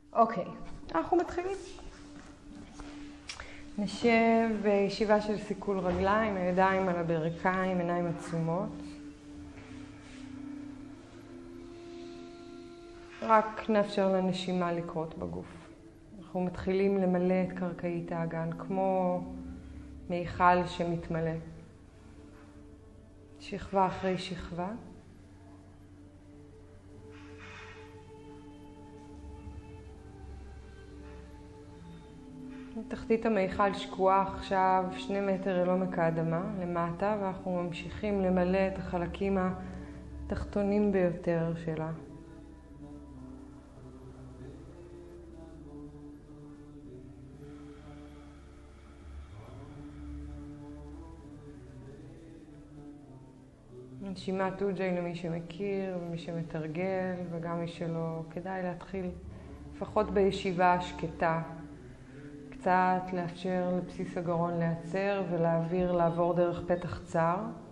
אוקיי, אנחנו מתחילים. נשב בישיבה של סיכול רגליים, הידיים על הברכיים, עיניים עצומות. רק נאפשר לנשימה לקרות בגוף. אנחנו מתחילים למלא את קרקעית האגן, כמו מיכל שמתמלא. שכבה אחרי שכבה. תחתית המיכל שקועה עכשיו 2 מטר אל עומק האדמה למטה, ואנחנו ממשיכים למלא את החלקים התחתונים ביותר שלה. נשימת אוג'יי למי שמכיר ומי שמתרגל, וגם מי שלא, כדאי להתחיל לפחות בישיבה השקטה. קצת לאפשר לבסיס הגרון להיעצר ולאוויר לעבור דרך פתח צר.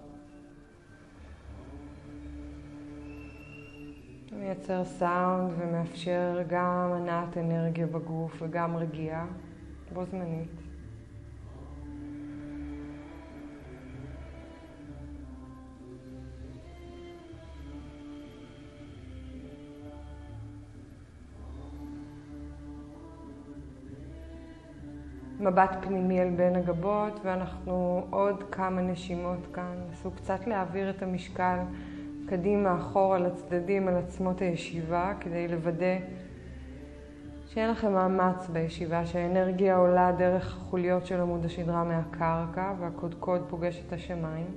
מייצר סאונד ומאפשר גם הנעת אנרגיה בגוף וגם רגיעה בו זמנית. מבט פנימי אל בין הגבות, ואנחנו עוד כמה נשימות כאן. נסו קצת להעביר את המשקל קדימה, אחורה, לצדדים, על עצמות הישיבה, כדי לוודא שאין לכם מאמץ בישיבה, שהאנרגיה עולה דרך החוליות של עמוד השדרה מהקרקע, והקודקוד פוגש את השמיים.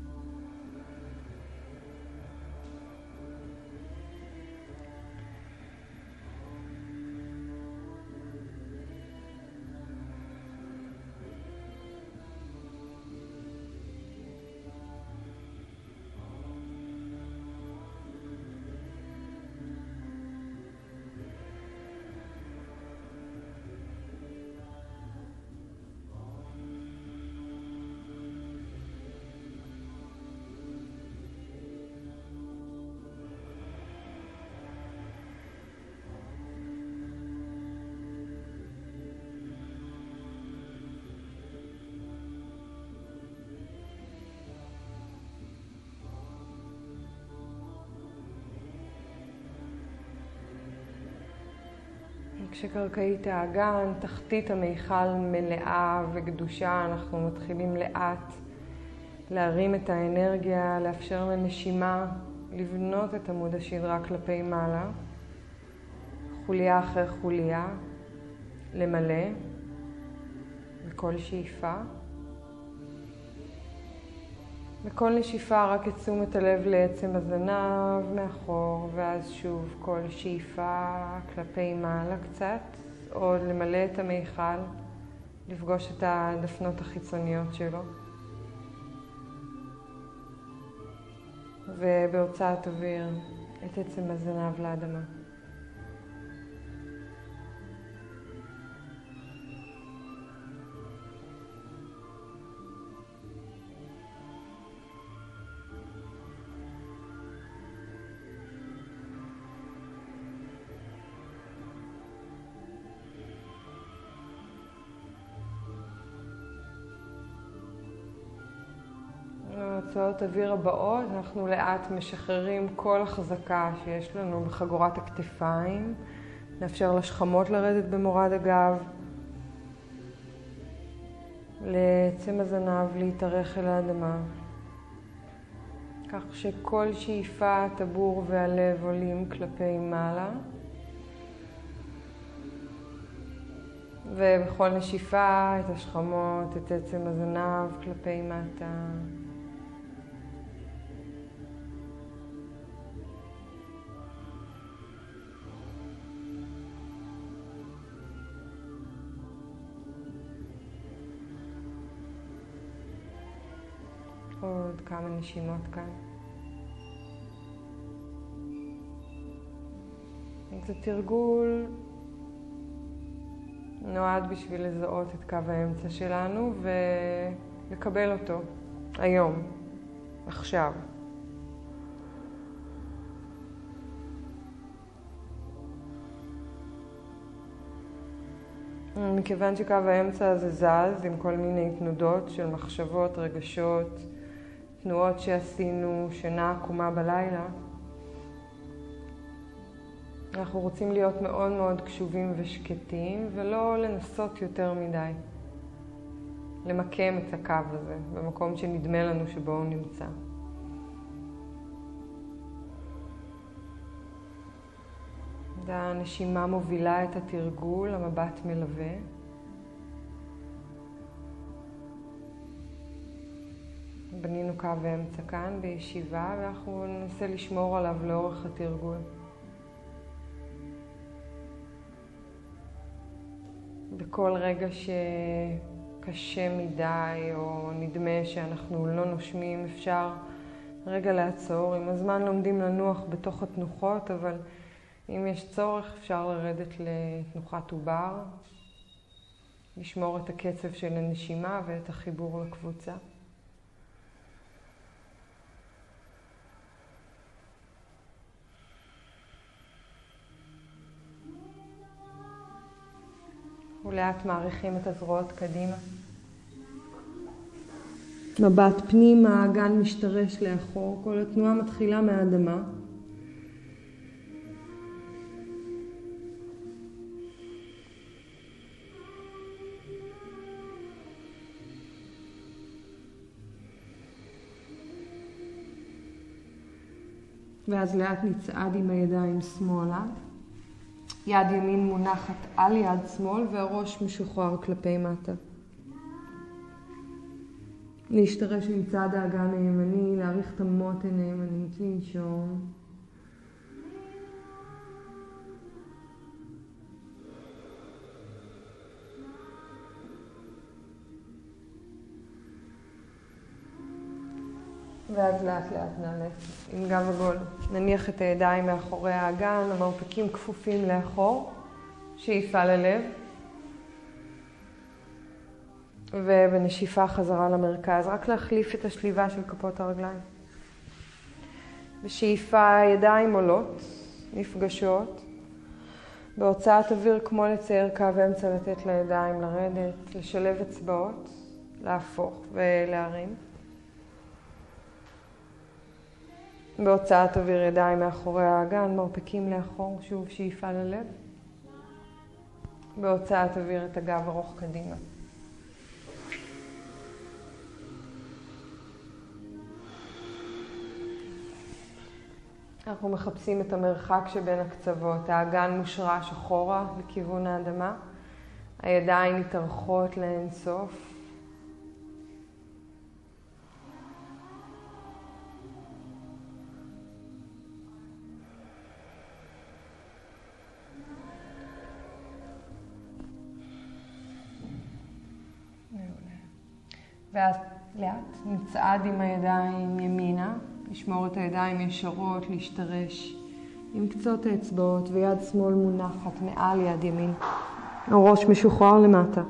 כשקרקעית האגן, תחתית המיכל מלאה וקדושה, אנחנו מתחילים לאט להרים את האנרגיה, לאפשר לנשימה לבנות את עמוד השדרה כלפי מעלה, חוליה אחרי חוליה, למלא בכל שאיפה. בכל נשיפה רק את תשומת הלב לעצם הזנב מאחור, ואז שוב כל שאיפה כלפי מעלה קצת, עוד למלא את המיכל, לפגוש את הדפנות החיצוניות שלו. ובהוצאת אוויר את עצם הזנב לאדמה. הוצאות אוויר הבאות, אנחנו לאט משחררים כל החזקה שיש לנו בחגורת הכתפיים. נאפשר לשכמות לרדת במורד הגב. לעצם הזנב להתארך אל האדמה. כך שכל שאיפה, הטבור והלב עולים כלפי מעלה. ובכל נשיפה את השכמות, את עצם הזנב כלפי מטה. עוד כמה נשימות כאן. זה תרגול נועד בשביל לזהות את קו האמצע שלנו ולקבל אותו היום, עכשיו. מכיוון שקו האמצע הזה זז עם כל מיני תנודות של מחשבות, רגשות, תנועות שעשינו, שינה עקומה בלילה, אנחנו רוצים להיות מאוד מאוד קשובים ושקטים ולא לנסות יותר מדי למקם את הקו הזה במקום שנדמה לנו שבו הוא נמצא. הנשימה מובילה את התרגול, המבט מלווה. בנינו קו אמצע כאן בישיבה ואנחנו ננסה לשמור עליו לאורך התרגול. בכל רגע שקשה מדי או נדמה שאנחנו לא נושמים, אפשר רגע לעצור. עם הזמן לומדים לנוח בתוך התנוחות, אבל אם יש צורך אפשר לרדת לתנוחת עובר, לשמור את הקצב של הנשימה ואת החיבור לקבוצה. ולאט מעריכים את הזרועות קדימה. מבט פנימה, האגן משתרש לאחור, כל התנועה מתחילה מהאדמה. ואז לאט נצעד עם הידיים שמאלה. יד ימין מונחת על יד שמאל והראש משוחרר כלפי מטה. להשתרש עם צד האגן הימני, להאריך את המותן הימנית, לנשום. ואז לאט לאט נעלה עם גב עגול. נניח את הידיים מאחורי האגן, המרפקים כפופים לאחור, שאיפה ללב. ובנשיפה חזרה למרכז, רק להחליף את השליבה של כפות הרגליים. בשאיפה ידיים עולות, נפגשות. בהוצאת אוויר כמו לצייר קו אמצע, לתת לידיים לרדת, לשלב אצבעות, להפוך ולהרים. בהוצאת אוויר ידיים מאחורי האגן, מרפקים לאחור, שוב שאיפה ללב. בהוצאת אוויר את הגב ארוך קדימה. אנחנו מחפשים את המרחק שבין הקצוות. האגן מושרש אחורה לכיוון האדמה. הידיים מתארכות לאינסוף. ואז לאט נצעד עם הידיים ימינה, לשמור את הידיים ישרות, להשתרש עם קצות האצבעות ויד שמאל מונחת מעל יד ימין. הראש משוחרר למטה.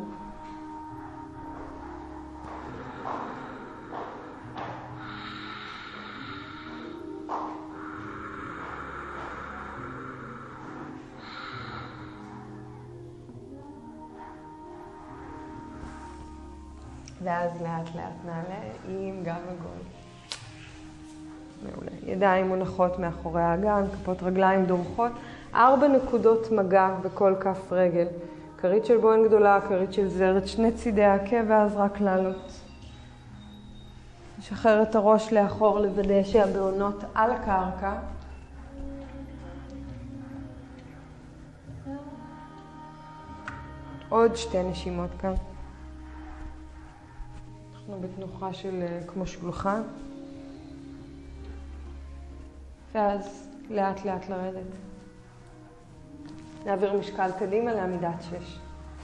ואז לאט לאט נעלה עם גב עגול. מעולה. ידיים מונחות מאחורי האגן, כפות רגליים דורכות. 4 נקודות מגע בכל כף רגל. כרית של בוהן גדולה, כרית של זרת, שני צידי העקב, ואז רק לעלות. לשחרר את הראש לאחור, לוודא שהבעונות על הקרקע. עוד 2 נשימות כאן. אנחנו בתנוחה של כמו שולחן. ואז לאט לאט לרדת. נעביר משקל קדימה לעמידת 6.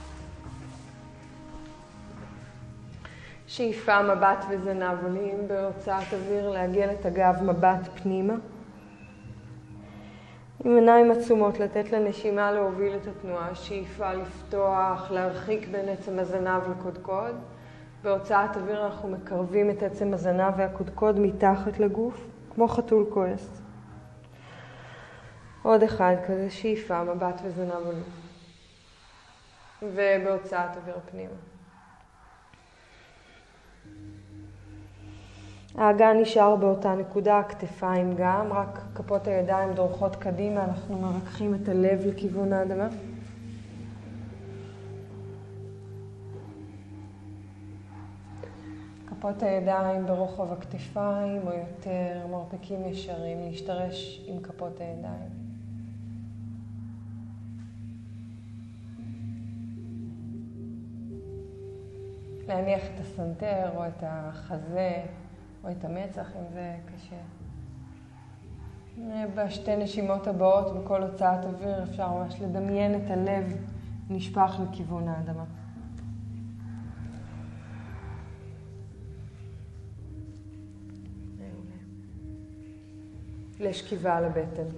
שאיפה, מבט וזנב עולים, בהוצאת אוויר לעגל את הגב מבט פנימה. עם עיניים עצומות לתת לנשימה להוביל את התנועה. שאיפה לפתוח, להרחיק בין עצם הזנב לקודקוד. בהוצאת אוויר אנחנו מקרבים את עצם הזנב והקודקוד מתחת לגוף, כמו חתול כועס. עוד אחד כזה, שאיפה, מבט וזנב עולים. ובהוצאת אוויר פנימה. האגן נשאר באותה נקודה, הכתפיים גם, רק כפות הידיים דורכות קדימה, אנחנו מרככים את הלב לכיוון האדמה. כפות הידיים ברוחב הכתפיים או יותר, מרפקים ישרים, להשתרש עם כפות הידיים. להניח את הסנטר או את החזה או את המצח אם זה קשה. בשתי נשימות הבאות בכל הוצאת אוויר אפשר ממש לדמיין את הלב נשפך לכיוון האדמה. לשכיבה על הבטן.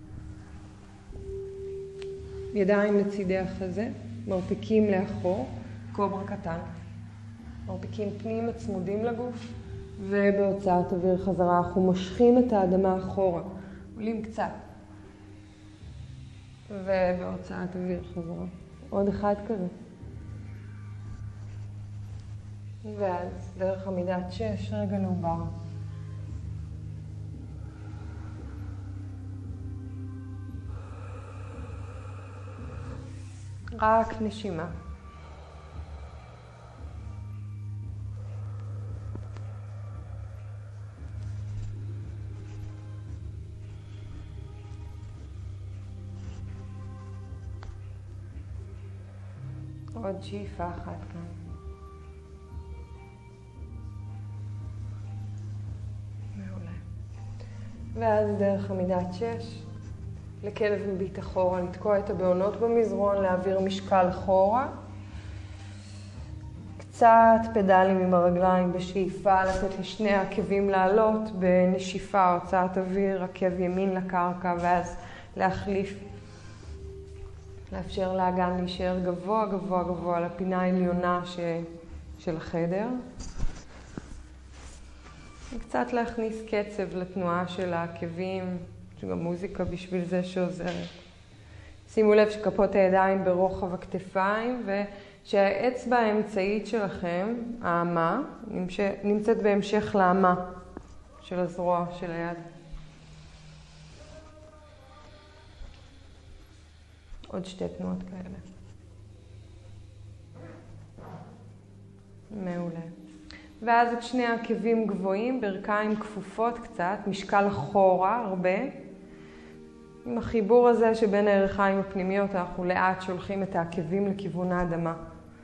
ידיים לצידי החזה, מרפקים לאחור, קוברה קטן. מרפקים פנימה צמודים לגוף, ובהוצאת אוויר חזרה אנחנו מושכים את האדמה אחורה, עולים קצת. ובהוצאת אוויר חזרה. עוד אחד כזה. ואז דרך עמידת 6, רגע לעובר. רק נשימה. עוד שאיפה אחת כאן. מעולה. ואז דרך עמידת 6, לכלב מביט אחורה, לתקוע את הבעונות במזרון, להעביר משקל אחורה. קצת פדלים עם הרגליים בשאיפה, לתת לשני העקבים לעלות, בנשיפה, הוצאת אוויר, עקב ימין לקרקע, ואז להחליף. לאפשר לאגן להישאר גבוה, גבוה, גבוה, לפינה העליונה של החדר. וקצת להכניס קצב לתנועה של העקבים, שגם מוזיקה בשביל זה שעוזרת. שימו לב שכפות הידיים ברוחב הכתפיים, ושהאצבע האמצעית שלכם, האמה, נמצאת בהמשך לאמה של הזרוע של היד. עוד שתי תנועות כאלה. מעולה. ואז את שני העקבים גבוהים, ברכיים כפופות קצת, משקל אחורה הרבה. עם החיבור הזה שבין הערכיים הפנימיות, אנחנו לאט שולחים את העקבים לכיוון האדמה.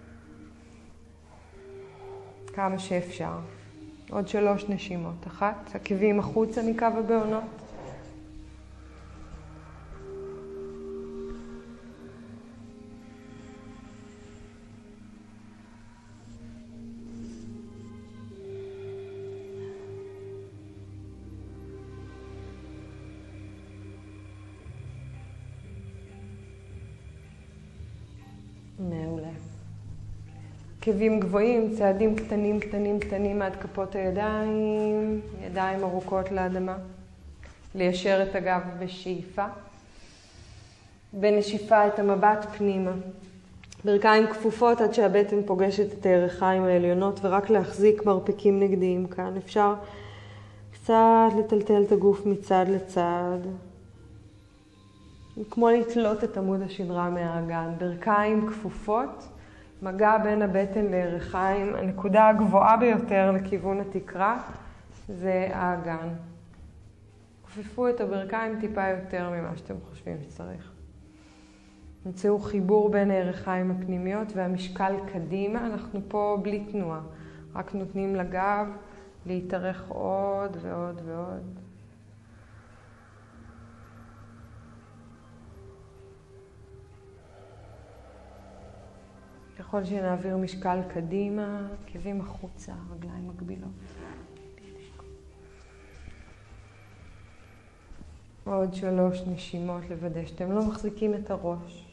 כמה שאפשר. עוד 3 נשימות. 1, עקבים החוצה מקו הבעונות. מעולה. עקבים גבוהים, צעדים קטנים, קטנים, קטנים עד כפות הידיים, ידיים ארוכות לאדמה. ליישר את הגב בשאיפה. בנשיפה את המבט פנימה. ברכיים כפופות עד שהבטן פוגשת את הירכיים העליונות, ורק להחזיק מרפקים נגדיים כאן. אפשר קצת לטלטל את הגוף מצד לצד. כמו לתלות את עמוד השדרה מהאגן. ברכיים כפופות, מגע בין הבטן לירכיים. הנקודה הגבוהה ביותר לכיוון התקרה זה האגן. כופפו את הברכיים טיפה יותר ממה שאתם חושבים שצריך. נמצאו חיבור בין הירכיים הפנימיות והמשקל קדימה. אנחנו פה בלי תנועה, רק נותנים לגב להתארך עוד ועוד ועוד. ככל שנעביר משקל קדימה, עקבים החוצה, רגליים מקבילות. עוד 3 נשימות לוודא שאתם לא מחזיקים את הראש.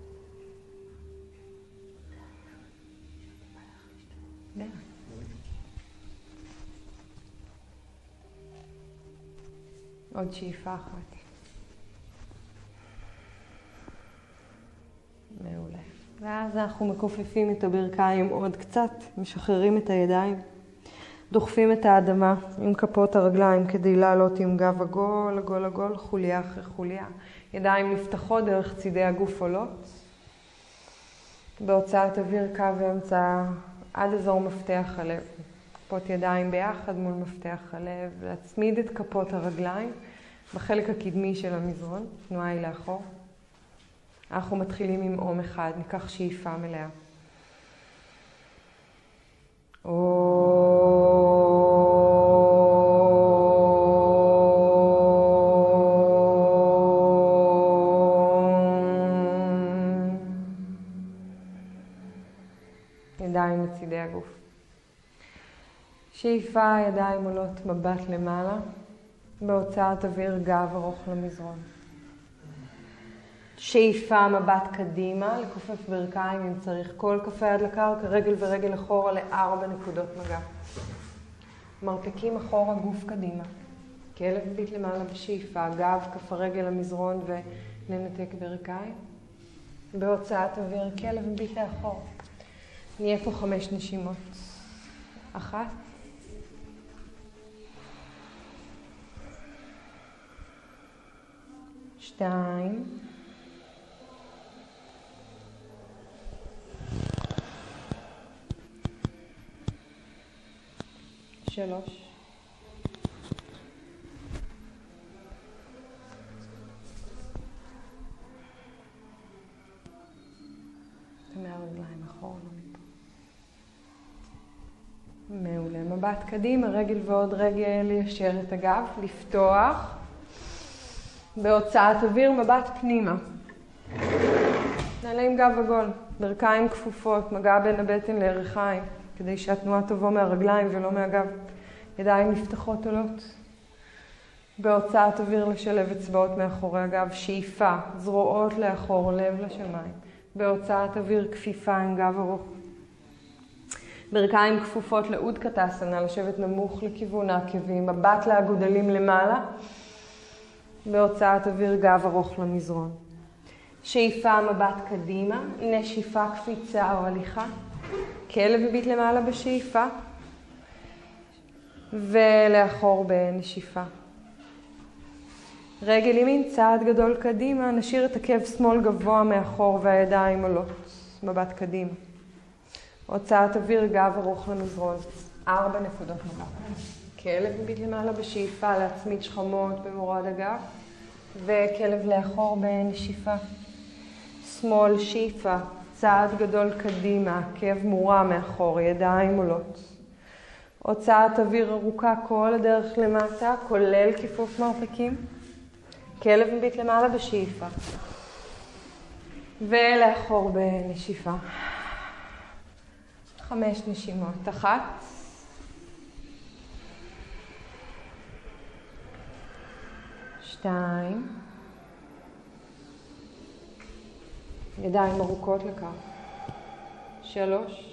עוד שאיפה אחת. מעולה. ואז אנחנו מכופפים את הברכיים עוד קצת, משחררים את הידיים, דוחפים את האדמה עם כפות הרגליים כדי לעלות עם גב עגול, עגול עגול, חוליה אחרי חוליה. ידיים נפתחות דרך צידי הגוף עולות. בהוצאת אוויר קו אמצע עד אזור מפתח הלב. כפות ידיים ביחד מול מפתח הלב, להצמיד את כפות הרגליים בחלק הקדמי של המזרון, תנועה היא לאחור. אנחנו מתחילים עם אום אחד, ניקח שאיפה מלאה. ידיים לצידי הגוף. שאיפה, ידיים עולות מבט למעלה. בהוצאת אוויר גב ארוך למזרון. שאיפה, מבט קדימה, לכופף ברכיים אם צריך. כל כף היד לקרקע, רגל ורגל אחורה ל4 נקודות מגע. מרפקים אחורה, גוף קדימה. כלב ביט למעלה בשאיפה, גב, כף הרגל למזרון וננתק ברכיים. בהוצאת אוויר, כלב ביט לאחור. נהיה פה 5 נשימות. 1. 2. 3. מהרגליים אחורה, לא מפה. מעולה. מבט קדימה, רגל ועוד רגל, ליישר את הגב, לפתוח. בהוצאת אוויר, מבט פנימה. נעלה עם גב עגול, ברכיים כפופות, מגע בין הבטן לירכיים, כדי שהתנועה תבוא מהרגליים ולא מהגב. ידיים נפתחות עולות. בהוצאת אוויר לשלב אצבעות מאחורי הגב, שאיפה, זרועות לאחור, לב לשמיים. בהוצאת אוויר כפיפה עם גב ארוך. ברכיים כפופות לאודקטאסנה, לשבת נמוך לכיוון העקבים, מבט לאגודלים למעלה. בהוצאת אוויר גב ארוך למזרון. שאיפה, מבט קדימה, נשיפה, קפיצה או הליכה. כלב וביט למעלה בשאיפה. ולאחור בנשיפה. רגל ימין, צעד גדול קדימה, נשאיר את עקב שמאל גבוה מאחור והידיים עולות. מבט קדימה. הוצאת אוויר, גב ארוך למזרון. 4 נקודות מגע. כלב וביט למעלה בשאיפה, להצמיד שכמות במורד הגב. וכלב לאחור בנשיפה. שמאל, שאיפה, צעד גדול קדימה, עקב מורם מאחור, ידיים עולות. הוצאת אוויר ארוכה כל הדרך למטה, כולל כיפוף מרפקים. כלב וביט למעלה בשאיפה. ולאחור בנשיפה. 5 נשימות. 1. 2. ידיים ארוכות לקו. 3.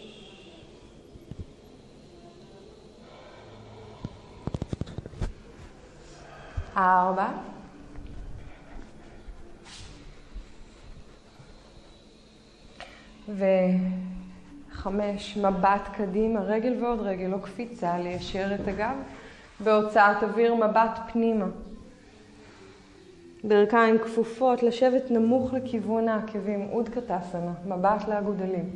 4. 5. מבט קדימה, רגל ועוד רגל, לא קפיצה, ליישר את הגב. בהוצאת אוויר, מבט פנימה. ברכיים כפופות, לשבת נמוך לכיוון העקבים, אודקטאסנה, מבט לאגודלים.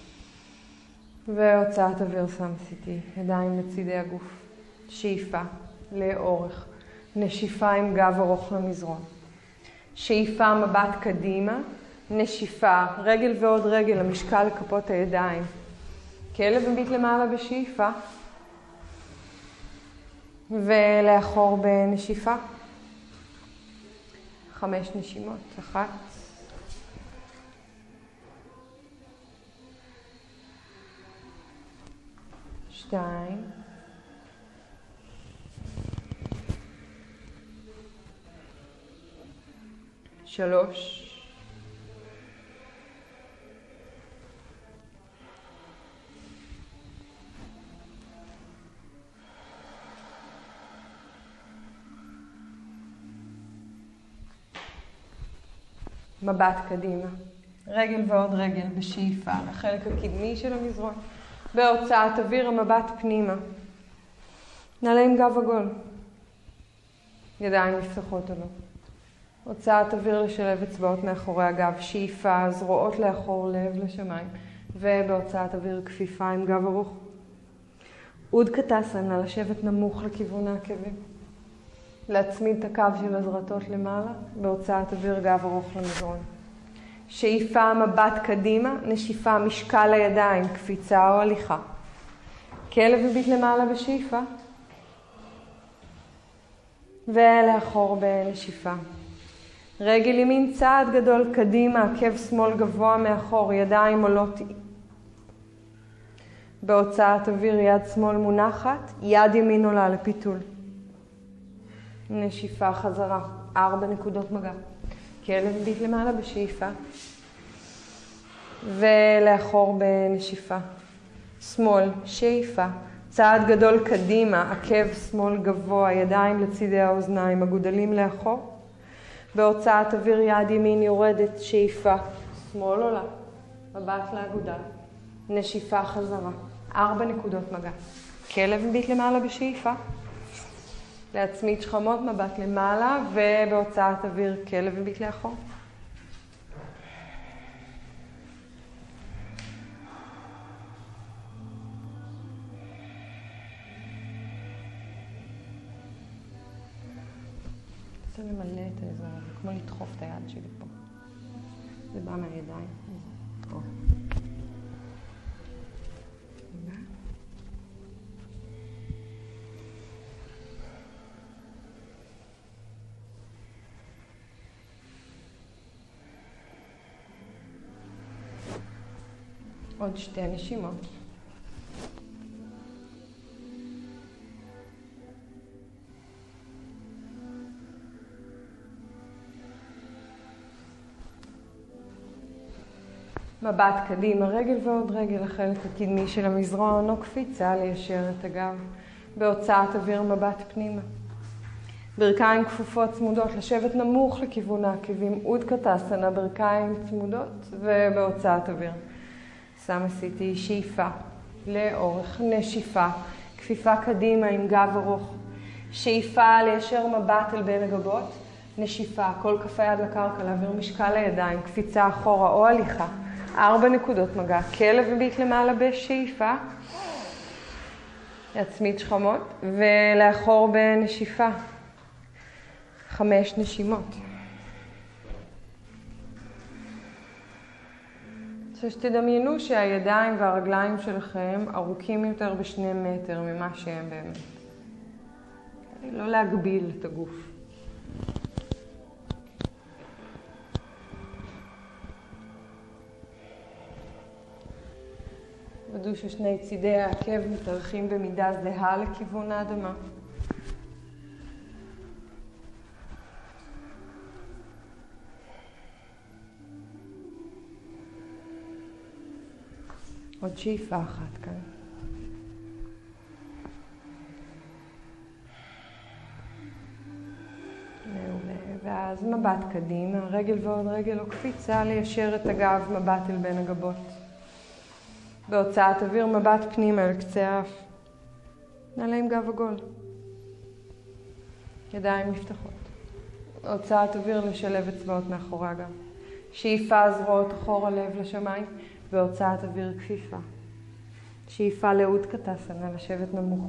והוצאת אוויר סמסיטי, ידיים לצידי הגוף. שאיפה לאורך, נשיפה עם גב ארוך למזרון. שאיפה, מבט קדימה, נשיפה, רגל ועוד רגל, המשקל לכפות הידיים. כלב וביט למעלה בשאיפה. ולאחור בנשיפה. 5 נשימות. 1. 2. 3. 4. מבט קדימה. רגל ועוד רגל בשאיפה לחלק הקדמי של המזרון. בהוצאת אוויר המבט פנימה. נעלה עם גב עגול. ידיים נפתחות או לא. הוצאת אוויר לשלב אצבעות מאחורי הגב. שאיפה, זרועות לאחור, לב לשמיים. ובהוצאת אוויר כפיפה עם גב ארוך. אודקטסנה, לשבת נמוך לכיוון העקבים. להצמיד את הקו של הזרטות למעלה. בהוצאת אוויר גב ארוך למזרון. שאיפה, מבט קדימה, נשיפה, משקל הידיים, קפיצה או הליכה. כלב מביט למעלה בשאיפה. ולאחור בנשיפה. רגל ימין צעד גדול קדימה, עקב שמאל גבוה מאחור, ידיים עולות. בהוצאת אוויר יד שמאל מונחת, יד ימין עולה לפיתול. נשיפה חזרה, 4 נקודות מגע. כלב מביט למעלה בשאיפה. ולאחור בנשיפה. שמאל, שאיפה. צעד גדול קדימה, עקב שמאל גבוה, ידיים לצידי האוזניים, הגודלים לאחור. בהוצאת אוויר יד ימין יורדת, שאיפה. שמאל עולה. מבט לאגודל. נשיפה חזרה. 4 נקודות מגע. כלב מביט למעלה בשאיפה. להצמיד שכמות, מבט למעלה, ובהוצאת אוויר כלב מביט לאחור. רוצה למלא את האזור הזה, כמו לדחוף את היד שלי פה. זה בא מהידיים. פה. עוד 2 נשימות. מבט קדימה, רגל ועוד רגל, החלק הקדמי של המזרון, או קפיצה ליישר את הגב. בהוצאת אוויר מבט פנימה. ברכיים כפופות צמודות, לשבת נמוך לכיוון העקבים, אודקטסנה, ברכיים צמודות, ובהוצאת אוויר. עשיתי שאיפה לאורך, נשיפה, כפיפה קדימה עם גב ארוך. שאיפה ליישר מבט אל בין הגבות, נשיפה, כל כף היד לקרקע, להעביר משקל לידיים, קפיצה אחורה או הליכה. 4 נקודות מגע, כלב מביט למעלה בשאיפה, להצמיד שכמות, ולאחור בנשיפה. 5 נשימות. שתדמיינו שהידיים והרגליים שלכם ארוכים יותר ב2 מטר ממה שהם באמת. לא להגביל את הגוף. ודאו ששני צידי העקב מתארחים במידה זהה לכיוון האדמה. עוד שאיפה אחת כאן. מעולה. ואז מבט קדימה, רגל ועוד רגל או קפיצה, ליישר את הגב, מבט אל בין הגבות. בהוצאת אוויר, מבט פנימה אל קצה האף. נעלה עם גב עגול. ידיים נפתחות. הוצאת אוויר, לשלב אצבעות מאחורי הגב. שאיפה, זרועות אחורה, לב לשמיים. בהוצאת אוויר כפיפה. שאיפה לאודקטסנה, לשבת נמוך.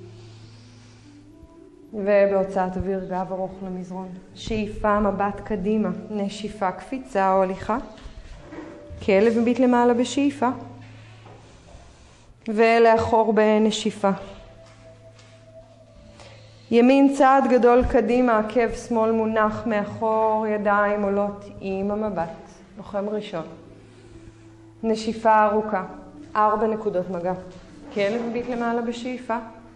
ובהוצאת אוויר גב ארוך למזרון. שאיפה, מבט קדימה, נשיפה, קפיצה או הליכה. כלב מביט למעלה בשאיפה. ולאחור בנשיפה. ימין צעד גדול קדימה, עקב שמאל מונח מאחור, ידיים עולות עם המבט. לוחם ראשון. נשיפה ארוכה, 4 נקודות מגע. כלב מביט למעלה בשאיפה.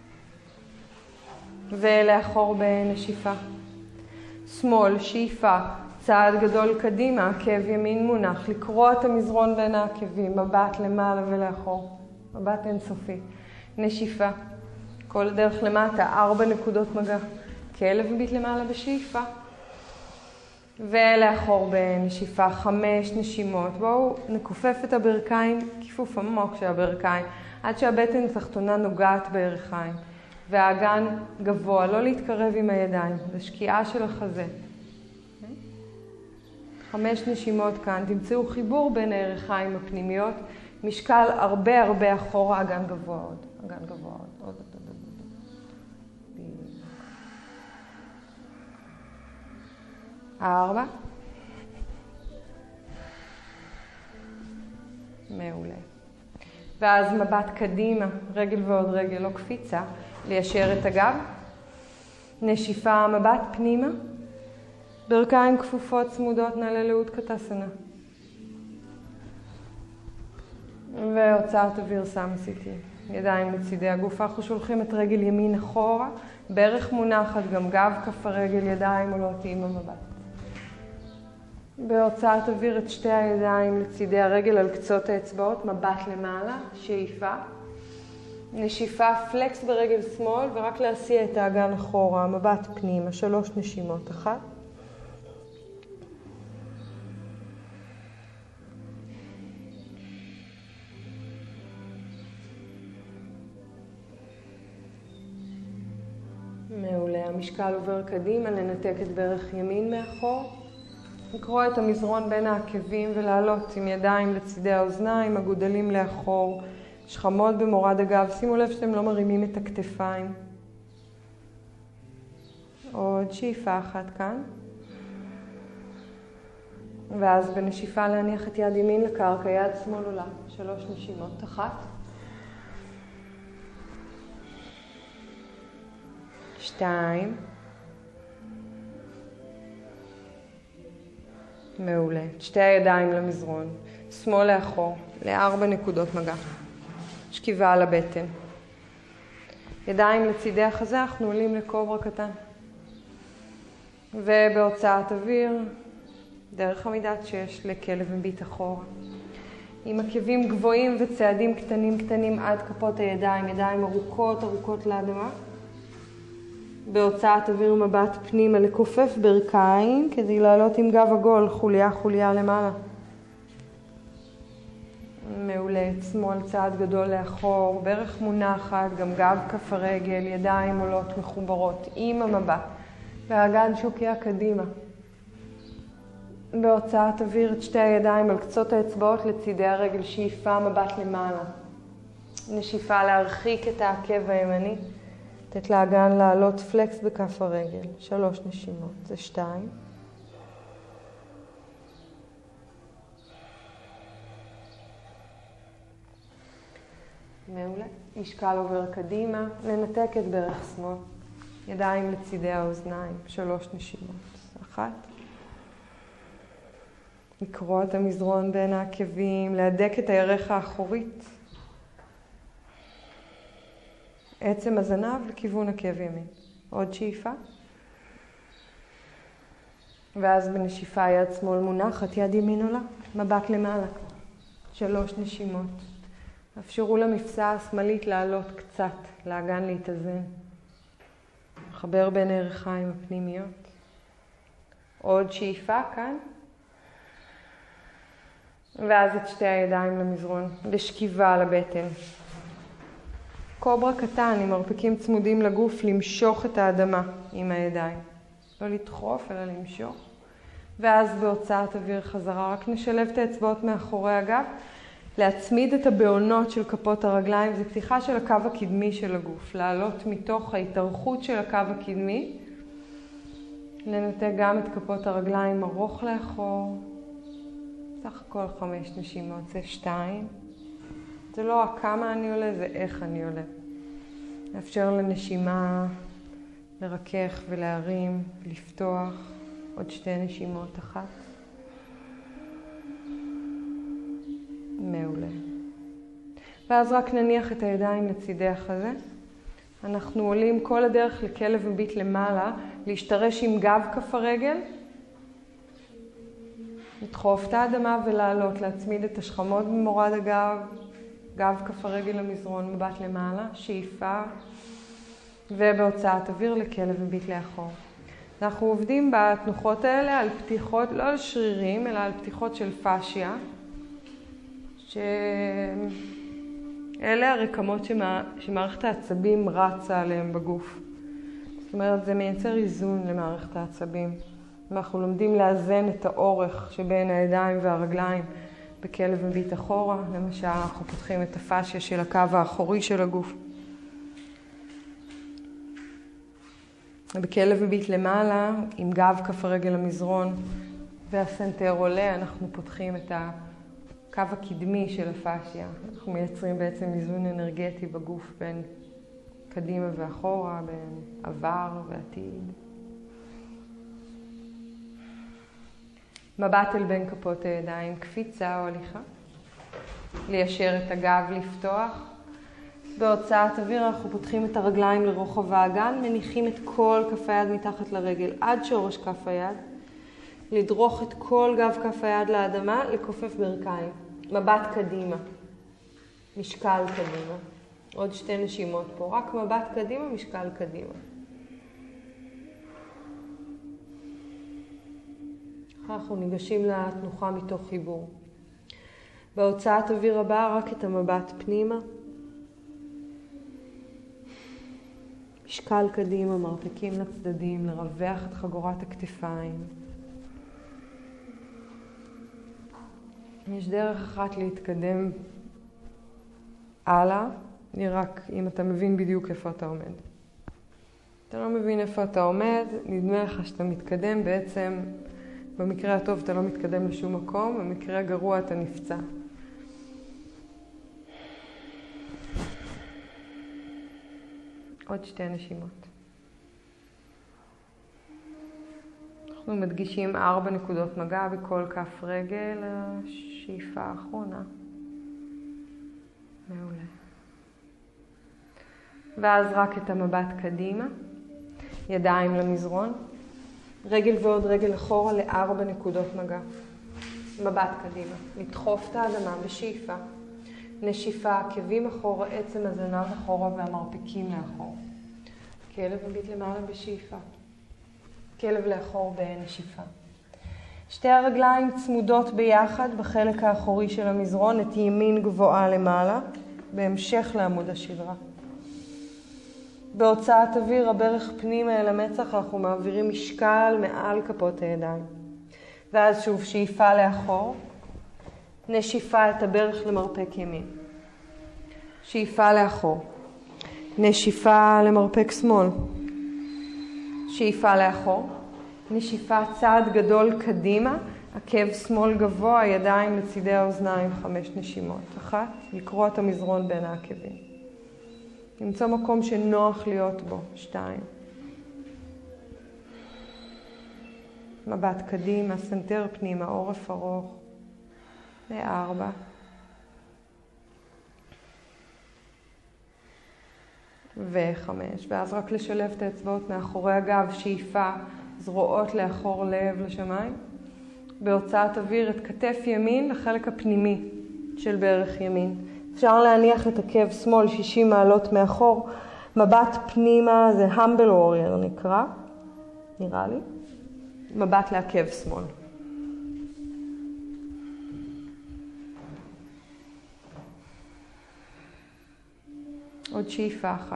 ולאחור בנשיפה. שמאל, שאיפה, צעד גדול קדימה, עקב ימין מונח. לקרוא את המזרון בין העקבים, מבט למעלה ולאחור. מבט אינסופי. נשיפה. כל הדרך למטה, 4 נקודות מגע. כלב מביט למעלה בשאיפה. ולאחור בנשיפה 5 נשימות. בואו נכופף את הברכיים, כיפוף עמוק של הברכיים, עד שהבטן התחתונה נוגעת בירכיים. והאגן גבוה, לא להתקרב עם הידיים, זה שקיעה של החזה. 5 נשימות כאן, תמצאו חיבור בין הירכיים הפנימיות, משקל הרבה אחורה, אגן גבוה עוד, אגן גבוה עוד. 4. מעולה. ואז מבט קדימה, רגל ועוד רגל, לא קפיצה, ליישר את הגב. נשיפה, מבט פנימה. ברכיים כפופות צמודות, נעלה לאותקטסנה. והוצאת אוויר סמסיטי. ידיים לצידי הגוף, אנחנו שולחים את רגל ימין אחורה, ברך מונחת, גם גב, כף הרגל, ידיים עולות עם המבט. בהוצאת אוויר את שתי הידיים לצידי הרגל על קצות האצבעות, מבט למעלה, שאיפה. נשיפה, פלקס ברגל שמאל, ורק להסיע את האגן אחורה, מבט פנימה, 3 נשימות, 1. מעולה, המשקל עובר קדימה, ננתק את ברך ימין מאחור. לקרוא את המזרון בין העקבים ולעלות עם ידיים לצידי האוזניים, הגודלים לאחור, שכמות במורד הגב. שימו לב שאתם לא מרימים את הכתפיים. עוד שאיפה אחת כאן. ואז בנשיפה להניח את יד ימין לקרקע, יד שמאל עולה. 3 נשימות, 1. 2. מעולה. 2 הידיים למזרון. שמאל לאחור, ל4 נקודות מגע. שכיבה על הבטן. ידיים לצידי החזה, אנחנו עולים לקוברה קטן. ובהוצאת אוויר, דרך עמידת 6 לכלב מביט אחורה. עם עקבים גבוהים וצעדים קטנים עד כפות הידיים, ידיים ארוכות לאדמה. בהוצאת אוויר מבט פנימה, לכופף ברכיים כדי לעלות עם גב עגול, חוליה למעלה. מעולה, שמאל צעד גדול לאחור, ברך מונחת, גם גב כף הרגל, ידיים עולות מחוברות עם המבט, והאגן שוקע קדימה. בהוצאת אוויר את 2 הידיים על קצות האצבעות לצידי הרגל, שאיפה מבט למעלה. נשיפה להרחיק את העקב הימני. לתת לאגן לעלות פלקס בכף הרגל. 3 נשימות, זה 2. מעולה. משקל עובר קדימה, לנתק את ברך שמאל. ידיים לצידי האוזניים, 3 נשימות, 1. לקרוא את המזרון בין העקבים, להדק את הירך האחורית. עצם הזנב לכיוון עקב ימין. עוד שאיפה. ואז בנשיפה יד שמאל מונחת, יד ימין עולה. מבט למעלה. 3 נשימות. אפשרו למפסע השמאלית לעלות קצת, לאגן להתאזן. לחבר בין הירכיים הפנימיות. עוד שאיפה כאן. ואז את 2 הידיים למזרון, לשכיבה על הבטן. קוברה קטן עם מרפקים צמודים לגוף, למשוך את האדמה עם הידיים. לא לדחוף, אלא למשוך. ואז בהוצאת אוויר חזרה, רק נשלב את האצבעות מאחורי הגב, להצמיד את הבעונות של כפות הרגליים, זה פתיחה של הקו הקדמי של הגוף, לעלות מתוך ההתארכות של הקו הקדמי, לנתק גם את כפות הרגליים ארוך לאחור, סך הכל 5 נשימות, זה 2. זה לא כמה אני עולה, זה איך אני עולה. לאפשר לנשימה לרכך ולהרים, לפתוח. עוד 2 נשימות, 1. מעולה. ואז רק נניח את הידיים לצידי החזה. אנחנו עולים כל הדרך לכלב מביט למעלה, להשתרש עם גב כף הרגל. לדחוף את האדמה ולעלות, להצמיד את השכמות במורד הגב. גב כף הרגל למזרון, מבט למעלה, שאיפה, ובהוצאת אוויר לכלב מביט לאחור. אנחנו עובדים בתנוחות האלה על פתיחות, לא על שרירים, אלא על פתיחות של פאשיה, שאלה הרקמות שמערכת העצבים רצה עליהם בגוף. זאת אומרת, זה מייצר איזון למערכת העצבים. אנחנו לומדים לאזן את האורך שבין הידיים והרגליים בכלב מביט אחורה. למשל, אנחנו פותחים את הפאשיה של הקו האחורי של הגוף. בכלב מביט למעלה, עם גב כף הרגל המזרון והסנטר עולה, אנחנו פותחים את הקו הקדמי של הפאשיה. אנחנו מייצרים בעצם איזון אנרגטי בגוף בין קדימה ואחורה, בין עבר ועתיד. מבט אל בין כפות הידיים, קפיצה או הליכה. ליישר את הגב, לפתוח. בהוצאת אוויר אנחנו פותחים את הרגליים לרוחב האגן, מניחים את כל כף היד מתחת לרגל עד שורש כף היד. לדרוך את כל גב כף היד לאדמה, לכופף ברכיים. מבט קדימה. משקל קדימה. עוד 2 נשימות פה, רק מבט קדימה, משקל קדימה. אנחנו ניגשים לתנוחה מתוך חיבור. בהוצאת אוויר הבאה רק את המבט פנימה. משקל קדימה, מרפקים לצדדים, לרווח את חגורת הכתפיים. יש דרך אחת להתקדם הלאה, רק אם אתה מבין בדיוק איפה אתה עומד. אתה לא מבין איפה אתה עומד, נדמה לך שאתה מתקדם, בעצם במקרה הטוב אתה לא מתקדם לשום מקום, במקרה הגרוע אתה נפצע. עוד 2 נשימות. אנחנו מדגישים 4 נקודות מגע בכל כף רגל, השאיפה האחרונה. מעולה. ואז רק את המבט קדימה, ידיים למזרון, רגל ועוד רגל אחורה ל4 נקודות מגע. מבט קדימה, לדחוף את האדמה בשאיפה. נשיפה, עקבים אחורה, עצם הזנב אחורה והמרפקים לאחור. כלב מביט למעלה בשאיפה. כלב לאחור בנשיפה. 2 הרגליים צמודות ביחד בחלק האחורי של המזרון, את ימין גבוהה למעלה, בהמשך לעמוד השדרה. בהוצאת אוויר, הברך פנימה אל המצח, אנחנו מעבירים משקל מעל כפות הידיים. ואז שוב שאיפה לאחור, נשיפה את הברך למרפק ימין. שאיפה לאחור. נשיפה למרפק שמאל. שאיפה לאחור. נשיפה צעד גדול קדימה, עקב שמאל גבוה, ידיים לצידי האוזניים, 5 נשימות. 1, לקרוא את המזרון בין העקבים. למצוא מקום שנוח להיות בו. 2. מבט קדימה, סנטר פנימה, עורף ארוך. 4. ו5. ואז רק לשלב את האצבעות מאחורי הגב, שאיפה, זרועות לאחור, לב לשמיים. בהוצאת אוויר את כתף ימין לחלק הפנימי של ברך ימין. אפשר להניח את עקב שמאל 60 מעלות מאחור. מבט פנימה זה humble warrior נראה לי. מבט לעקב שמאל. עוד שאיפה 1.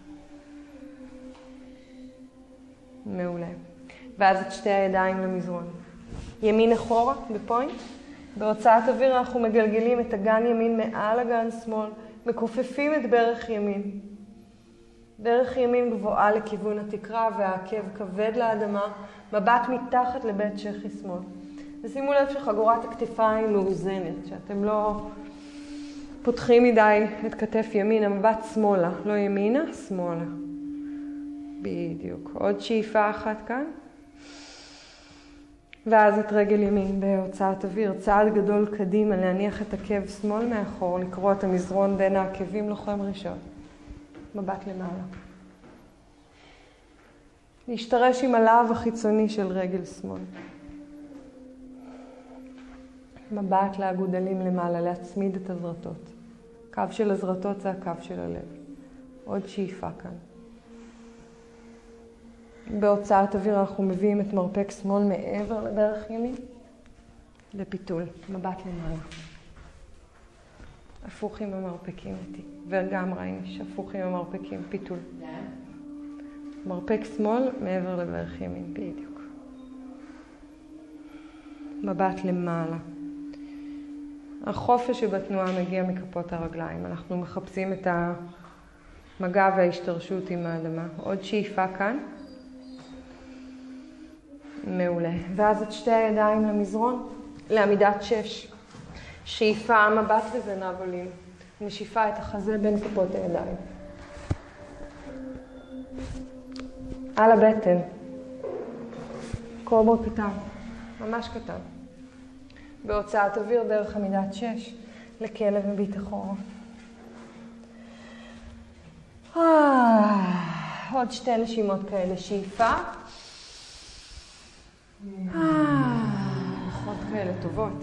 מעולה. ואז את 2 הידיים למזרון. ימין אחורה בפוינט. בהוצאת אוויר אנחנו מגלגלים את אגן ימין מעל אגן שמאל. מכופפים את ברך ימין. ברך ימין גבוהה לכיוון התקרה והעקב כבד לאדמה. מבט מתחת לבית שכי שמאל. ושימו לב שחגורת הכתפיים מאוזנת. שאתם לא פותחים מדי את כתף ימין, המבט שמאלה, לא ימינה, שמאלה. בדיוק. עוד שאיפה 1 כאן. ואז את רגל ימין בהוצאת אוויר, צעד גדול קדימה, להניח את עקב שמאל מאחור, לקרוא את המזרון בין העקבים, לוחם ראשון. מבט למעלה. להשתרש עם הלהב החיצוני של רגל שמאל. מבט לאגודלים למעלה, להצמיד את הזרטות. קו של הזרטות זה הקו של הלב. עוד שאיפה כאן. בהוצאת אוויר אנחנו מביאים את מרפק שמאל מעבר לברך ימין לפיתול, מבט למעלה. הפוך עם המרפקים איתי, וגם רייניש, הפוך עם המרפקים, פיתול. מרפק שמאל מעבר לברך ימין, בדיוק. מבט למעלה. החופש שבתנועה מגיע מכפות הרגליים. אנחנו מחפשים את המגע וההשתרשות עם האדמה. עוד שאיפה כאן. מעולה. ואז את שתי הידיים למזרון, לעמידת 6. שאיפה, מבט וזנב עולים. נשיפה את החזה בין כפות הידיים. על הבטן. קוברה קטן. ממש קטן. בהוצאת אוויר דרך עמידת 6 לכלב מביט אחורה. עוד שתי נשימות כאלה. שאיפה. רוחות כאלה טובות.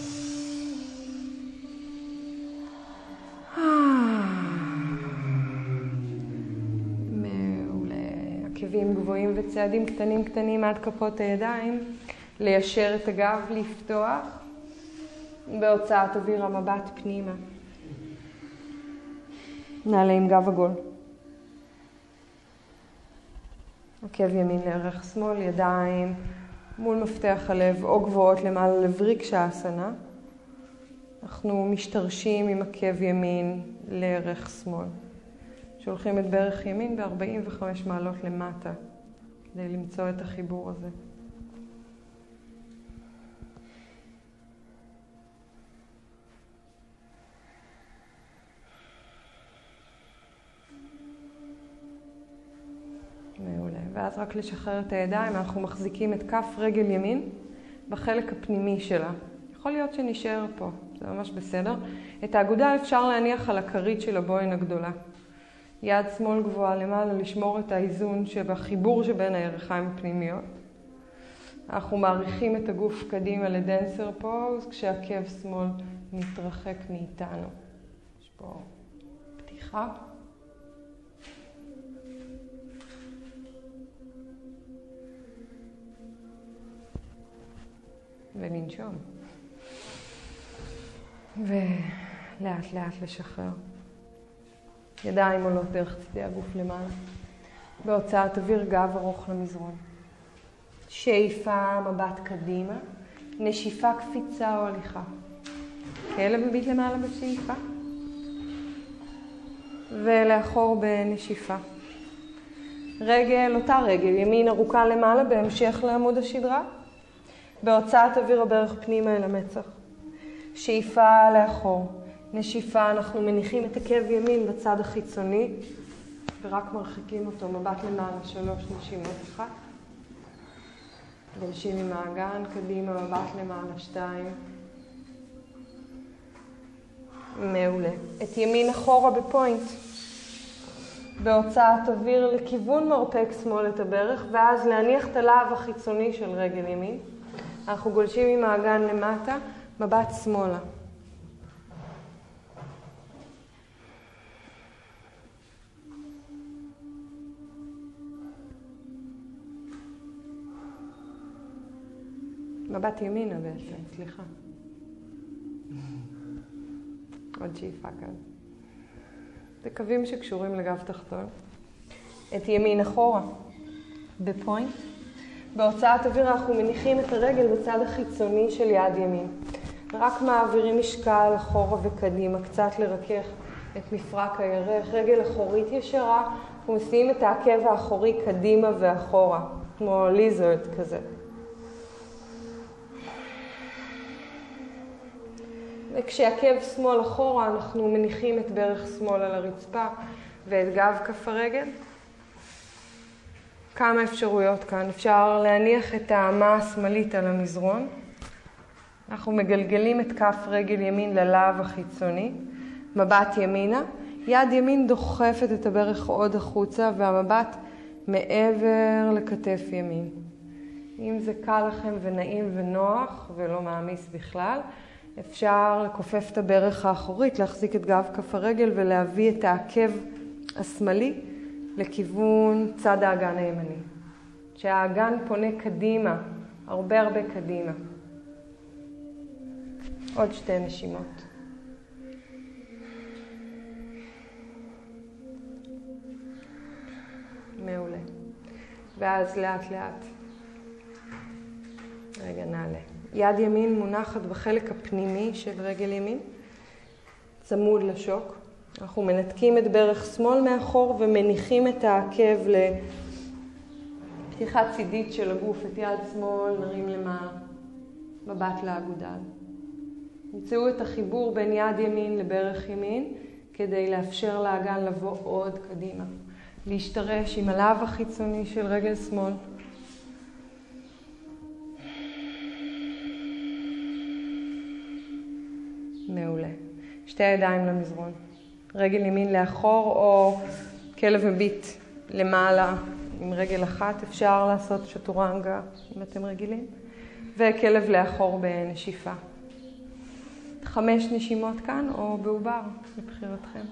מעולה. עקבים גבוהים וצעדים קטנים עד כפות הידיים. ליישר את הגב, לפתוח. בהוצאת אוויר המבט פנימה. נעלה עם גב עגול. עקב ימין לערך שמאל, ידיים מול מפתח הלב או גבוהות למעלה לבריקשה אסנה. אנחנו משתרשים עם עקב ימין לערך שמאל. שולחים את ברך ימין ב-45 מעלות למטה כדי למצוא את החיבור הזה. מעולה. ואז רק לשחרר את הידיים, אנחנו מחזיקים את כף רגל ימין בחלק הפנימי שלה. יכול להיות שנשאר פה, זה ממש בסדר. את האגודל אפשר להניח על הכרית של הבוין הגדולה. יד שמאל גבוהה למעלה, לשמור את האיזון שבחיבור שבין הירכיים הפנימיות. אנחנו מעריכים את הגוף קדימה לדנסר פוז, כשעקב שמאל מתרחק מאיתנו. יש פה פתיחה. וננשום. ולאט לאט לשחרר. ידיים עולות דרך צדי הגוף למעלה. בהוצאת אוויר גב ארוך למזרון. שאיפה מבט קדימה. נשיפה קפיצה או הליכה. כלב מביט למעלה בשאיפה. ולאחור בנשיפה. רגל, אותה רגל, ימין ארוכה למעלה בהמשך לעמוד השדרה. בהוצאת אוויר הברך פנימה אל המצח. שאיפה לאחור. נשיפה, אנחנו מניחים את עקב ימין בצד החיצוני, ורק מרחיקים אותו, מבט למעלה, 3 נשימות, 1. גולשים עם האגן, קדימה, מבט למעלה, 2. מעולה. את ימין אחורה בפוינט. בהוצאת אוויר לכיוון מרפק שמאל את הברך, ואז להניח את הלהב החיצוני של רגל ימין. אנחנו גולשים עם האגן למטה, מבט שמאלה. מבט ימינה בעצם, סליחה. עוד שאיפה כאן. זה קווים שקשורים לגב תחתון. את ימין אחורה, בפוינט. בהוצאת אוויר אנחנו מניחים את הרגל בצד החיצוני של יד ימין. רק מעבירים משקל אחורה וקדימה, קצת לרכך את מפרק הירך. רגל אחורית ישרה, אנחנו מסיעים את העקב האחורי קדימה ואחורה, כמו ליזרד כזה. וכשעקב שמאל אחורה, אנחנו מניחים את ברך שמאל על הרצפה ואת גב כף הרגל. כמה אפשרויות כאן. אפשר להניח את האמה השמאלית על המזרון. אנחנו מגלגלים את כף רגל ימין ללהב החיצוני. מבט ימינה. יד ימין דוחפת את הברך עוד החוצה והמבט מעבר לכתף ימין. אם זה קל לכם ונעים ונוח ולא מעמיס בכלל, אפשר לכופף את הברך האחורית, להחזיק את גב כף הרגל ולהביא את העקב השמאלי לכיוון צד האגן הימני. שהאגן פונה קדימה, הרבה קדימה. עוד 2 נשימות. מעולה. ואז לאט לאט. רגע, נעלה. יד ימין מונחת בחלק הפנימי של רגל ימין, צמוד לשוק. אנחנו מנתקים את ברך שמאל מאחור ומניחים את העקב לפתיחה צידית של הגוף, את יד שמאל נרים למעלה, מבט לאגודל. נמצאו את החיבור בין יד ימין לברך ימין כדי לאפשר לאגן לבוא עוד קדימה. להשתרש עם הלב החיצוני של רגל שמאל. מעולה. 2 ידיים למזרון. רגל ימין לאחור או כלב מביט למעלה עם רגל אחת. אפשר לעשות שטורנגה אם אתם רגילים. וכלב לאחור בנשיפה. 5 נשימות כאן או בעובר, לבחירתכם.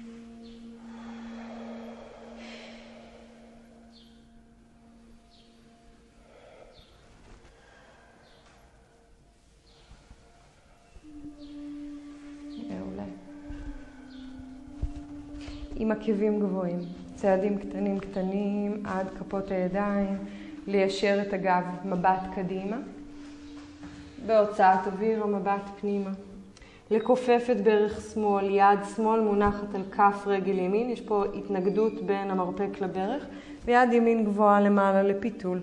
עם עקבים גבוהים, צעדים קטנים עד כפות הידיים, ליישר את הגב, מבט קדימה. בהוצאת אוויר, המבט פנימה. לכופף את ברך שמאל, יד שמאל מונחת על כף רגל ימין, יש פה התנגדות בין המרפק לברך, ויד ימין גבוהה למעלה לפיתול.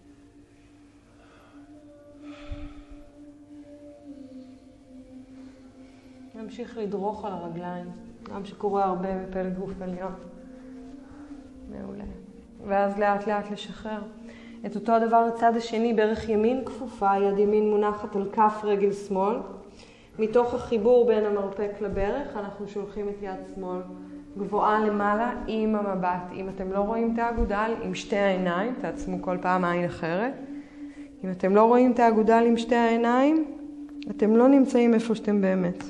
נמשיך לדרוך על הרגליים. גם שקורה הרבה בפלג גוף עליון. מעולה. ואז לאט לאט לשחרר. את אותו הדבר לצד השני, ברך ימין כפופה, יד ימין מונחת על כף רגל שמאל. מתוך החיבור בין המרפק לברך, אנחנו שולחים את יד שמאל גבוהה למעלה עם המבט. אם אתם לא רואים את האגודל, עם 2 העיניים, תעצמו כל פעם עין אחרת. אם אתם לא רואים את האגודל עם 2 העיניים, אתם לא נמצאים איפה שאתם באמת.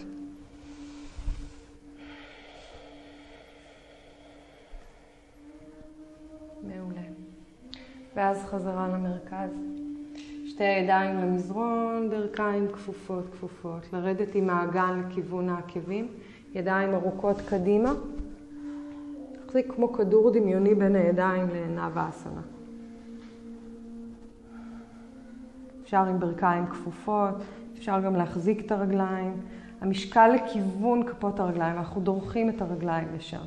מעולה. ואז חזרה למרכז. 2 ידיים למזרון, ברכיים כפופות. לרדת עם האגן לכיוון העקבים. ידיים ארוכות קדימה. תחזיק כמו כדור דמיוני בין הידיים לנאוואסנה. אפשר עם ברכיים כפופות, אפשר גם להחזיק את הרגליים. המשקל לכיוון כפות הרגליים, אנחנו דורכים את הרגליים לשם.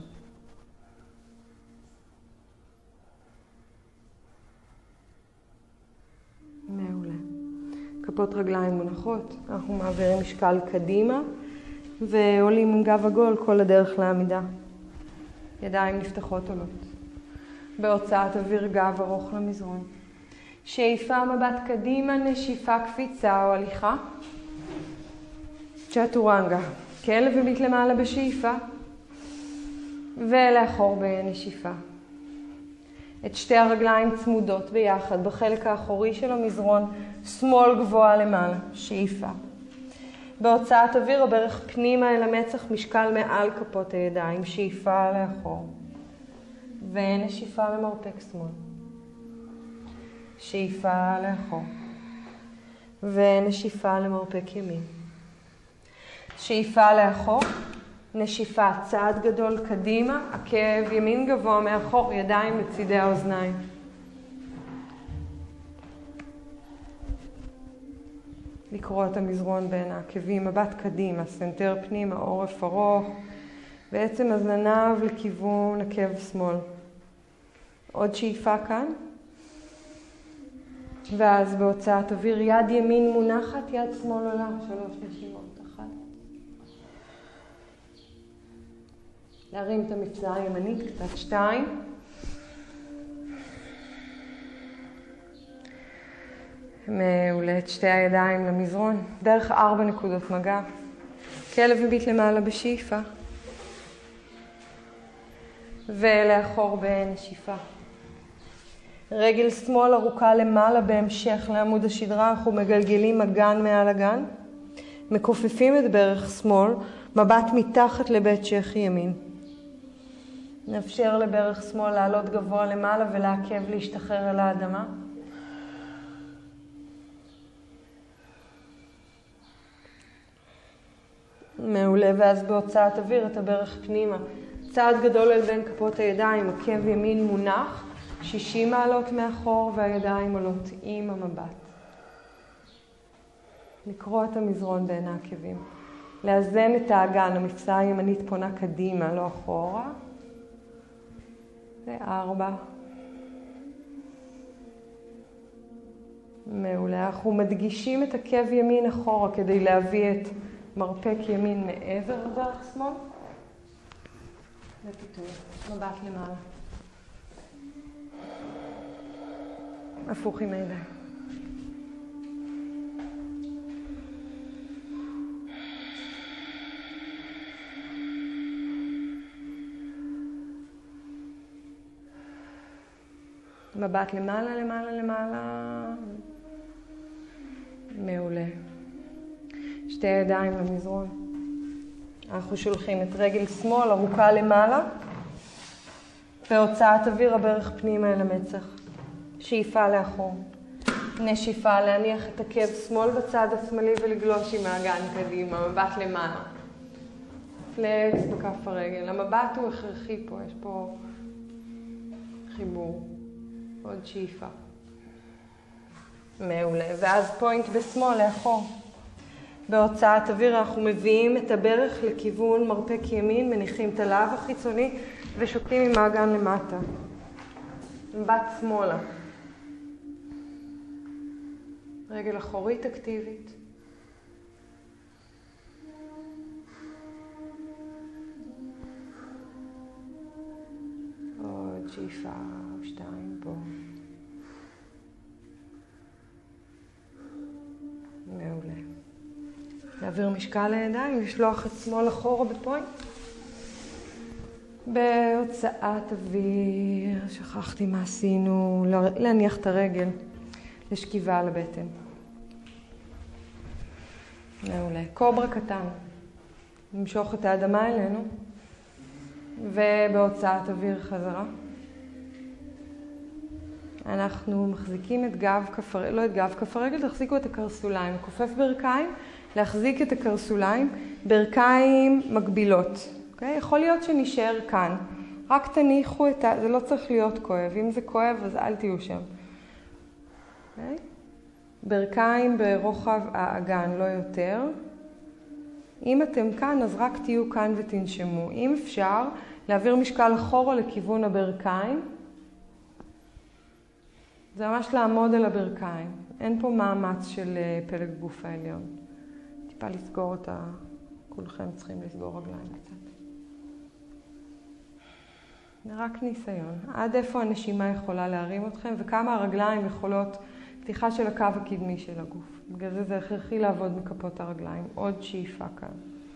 מעולה. כפות רגליים מונחות, אנחנו מעבירים משקל קדימה ועולים עם גב עגול כל הדרך לעמידה. ידיים נפתחות עולות. בהוצאת אוויר גב ארוך למזרון. שאיפה מבט קדימה, נשיפה קפיצה או הליכה. צ'טורנגה. כלב מביט למעלה בשאיפה. ולאחור בנשיפה. את 2 הרגליים צמודות ביחד בחלק האחורי של המזרון, שמאל גבוה למעלה, שאיפה. בהוצאת אוויר הברך פנימה אל המצח, משקל מעל כפות הידיים, שאיפה לאחור. ונשיפה למרפק שמאל. שאיפה לאחור. ונשיפה למרפק ימין. שאיפה לאחור. נשיפה, צעד גדול קדימה, עקב ימין גבוה מאחור, ידיים לצידי האוזניים. לקרוא את המזרון בין העקבים, מבט קדימה, סנטר פנימה, עורף ארוך, בעצם הזנב לכיוון עקב שמאל. עוד שאיפה כאן. ואז בהוצאת אוויר, יד ימין מונחת, יד שמאל עולה, 3 נשימות. להרים את המפזר הימנית, קצת 2. מעולה, את 2 הידיים למזרון, דרך 4 נקודות מגע. כלב מביט למעלה בשאיפה. ולאחור בנשיפה. רגל שמאל ארוכה למעלה בהמשך לעמוד השדרה, אנחנו מגלגלים אגן מעל אגן. מכופפים את ברך שמאל, מבט מתחת לבית שכי ימין. נאפשר לברך שמאל לעלות גבוה למעלה ולעקב להשתחרר אל האדמה. מעולה, ואז בהוצאת אוויר את הברך פנימה. צעד גדול אל בין כפות הידיים, עקב ימין מונח, 60 מעלות מאחור והידיים עולות עם המבט. לקרוא את המזרון בין העקבים. לאזן את האגן, המפסעה הימנית פונה קדימה, לא אחורה. זה 4. מעולה. אנחנו מדגישים את עקב ימין אחורה כדי להביא את מרפק ימין מעבר לברך שמאל. ופיתוי. מבט למעלה. הפוך עם הידיים. מבט למעלה, למעלה, למעלה. מעולה. שתי ידיים למזרון. אנחנו שולחים את רגל שמאל ארוכה למעלה. והוצאת אוויר הברך פנימה אל המצח. שאיפה לאחור. נשיפה להניח את עקב שמאל בצד השמאלי ולגלוש עם האגן קדימה. מבט למעלה. פלקס בכף הרגל. המבט הוא הכרחי פה. יש פה חיבור. עוד שאיפה. מעולה. ואז פוינט בשמאל לאחור. בהוצאת אוויר אנחנו מביאים את הברך לכיוון מרפק ימין, מניחים את הלהב החיצוני ושוקעים עם האגן למטה. מבט שמאלה. רגל אחורית אקטיבית. עוד שאיפה או 2 פה. מעולה. להעביר משקל לידיים, לשלוח את שמאל אחורה בפוינט. בהוצאת אוויר, שכחתי מה עשינו, להניח את הרגל לשכיבה על הבטן. מעולה. קוברה קטן. נמשוך את האדמה אלינו. ובהוצאת אוויר חזרה. אנחנו מחזיקים את גב כף הרגל, לא את גב כף הרגל, תחזיקו את הקרסוליים. כופף ברכיים, להחזיק את הקרסוליים, ברכיים מקבילות. Okay? יכול להיות שנשאר כאן. רק תניחו את זה לא צריך להיות כואב. אם זה כואב, אז אל תהיו שם. Okay? ברכיים ברוחב האגן, לא יותר. אם אתם כאן, אז רק תהיו כאן ותנשמו. אם אפשר, להעביר משקל אחורה לכיוון הברכיים. זה ממש לעמוד על הברכיים. אין פה מאמץ של פלג גוף העליון. טיפה לסגור אותה. כולכם צריכים לסגור רגליים קצת. זה רק ניסיון. עד איפה הנשימה יכולה להרים אתכם, וכמה הרגליים יכולות פתיחה של הקו הקדמי של הגוף. בגלל זה זה הכרחי לעבוד מכפות הרגליים. עוד שאיפה כאן.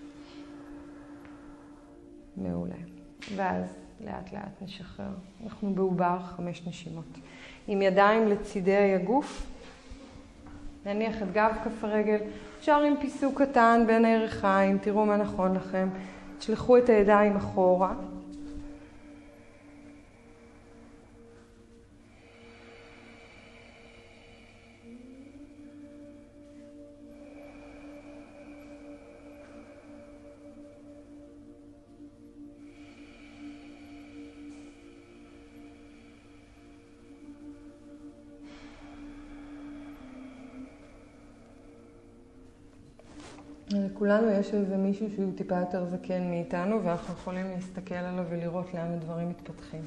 מעולה. ואז לאט לאט נשחרר. אנחנו בעובר 5 נשימות. עם ידיים לצידי הגוף. נניח את גב כף הרגל. אפשר עם פיסוק קטן בין הירכיים. תראו מה נכון לכם. תשלחו את הידיים אחורה. לכולנו יש איזה מישהו שהוא טיפה יותר זקן מאיתנו, ואנחנו יכולים להסתכל עליו ולראות לאן הדברים מתפתחים.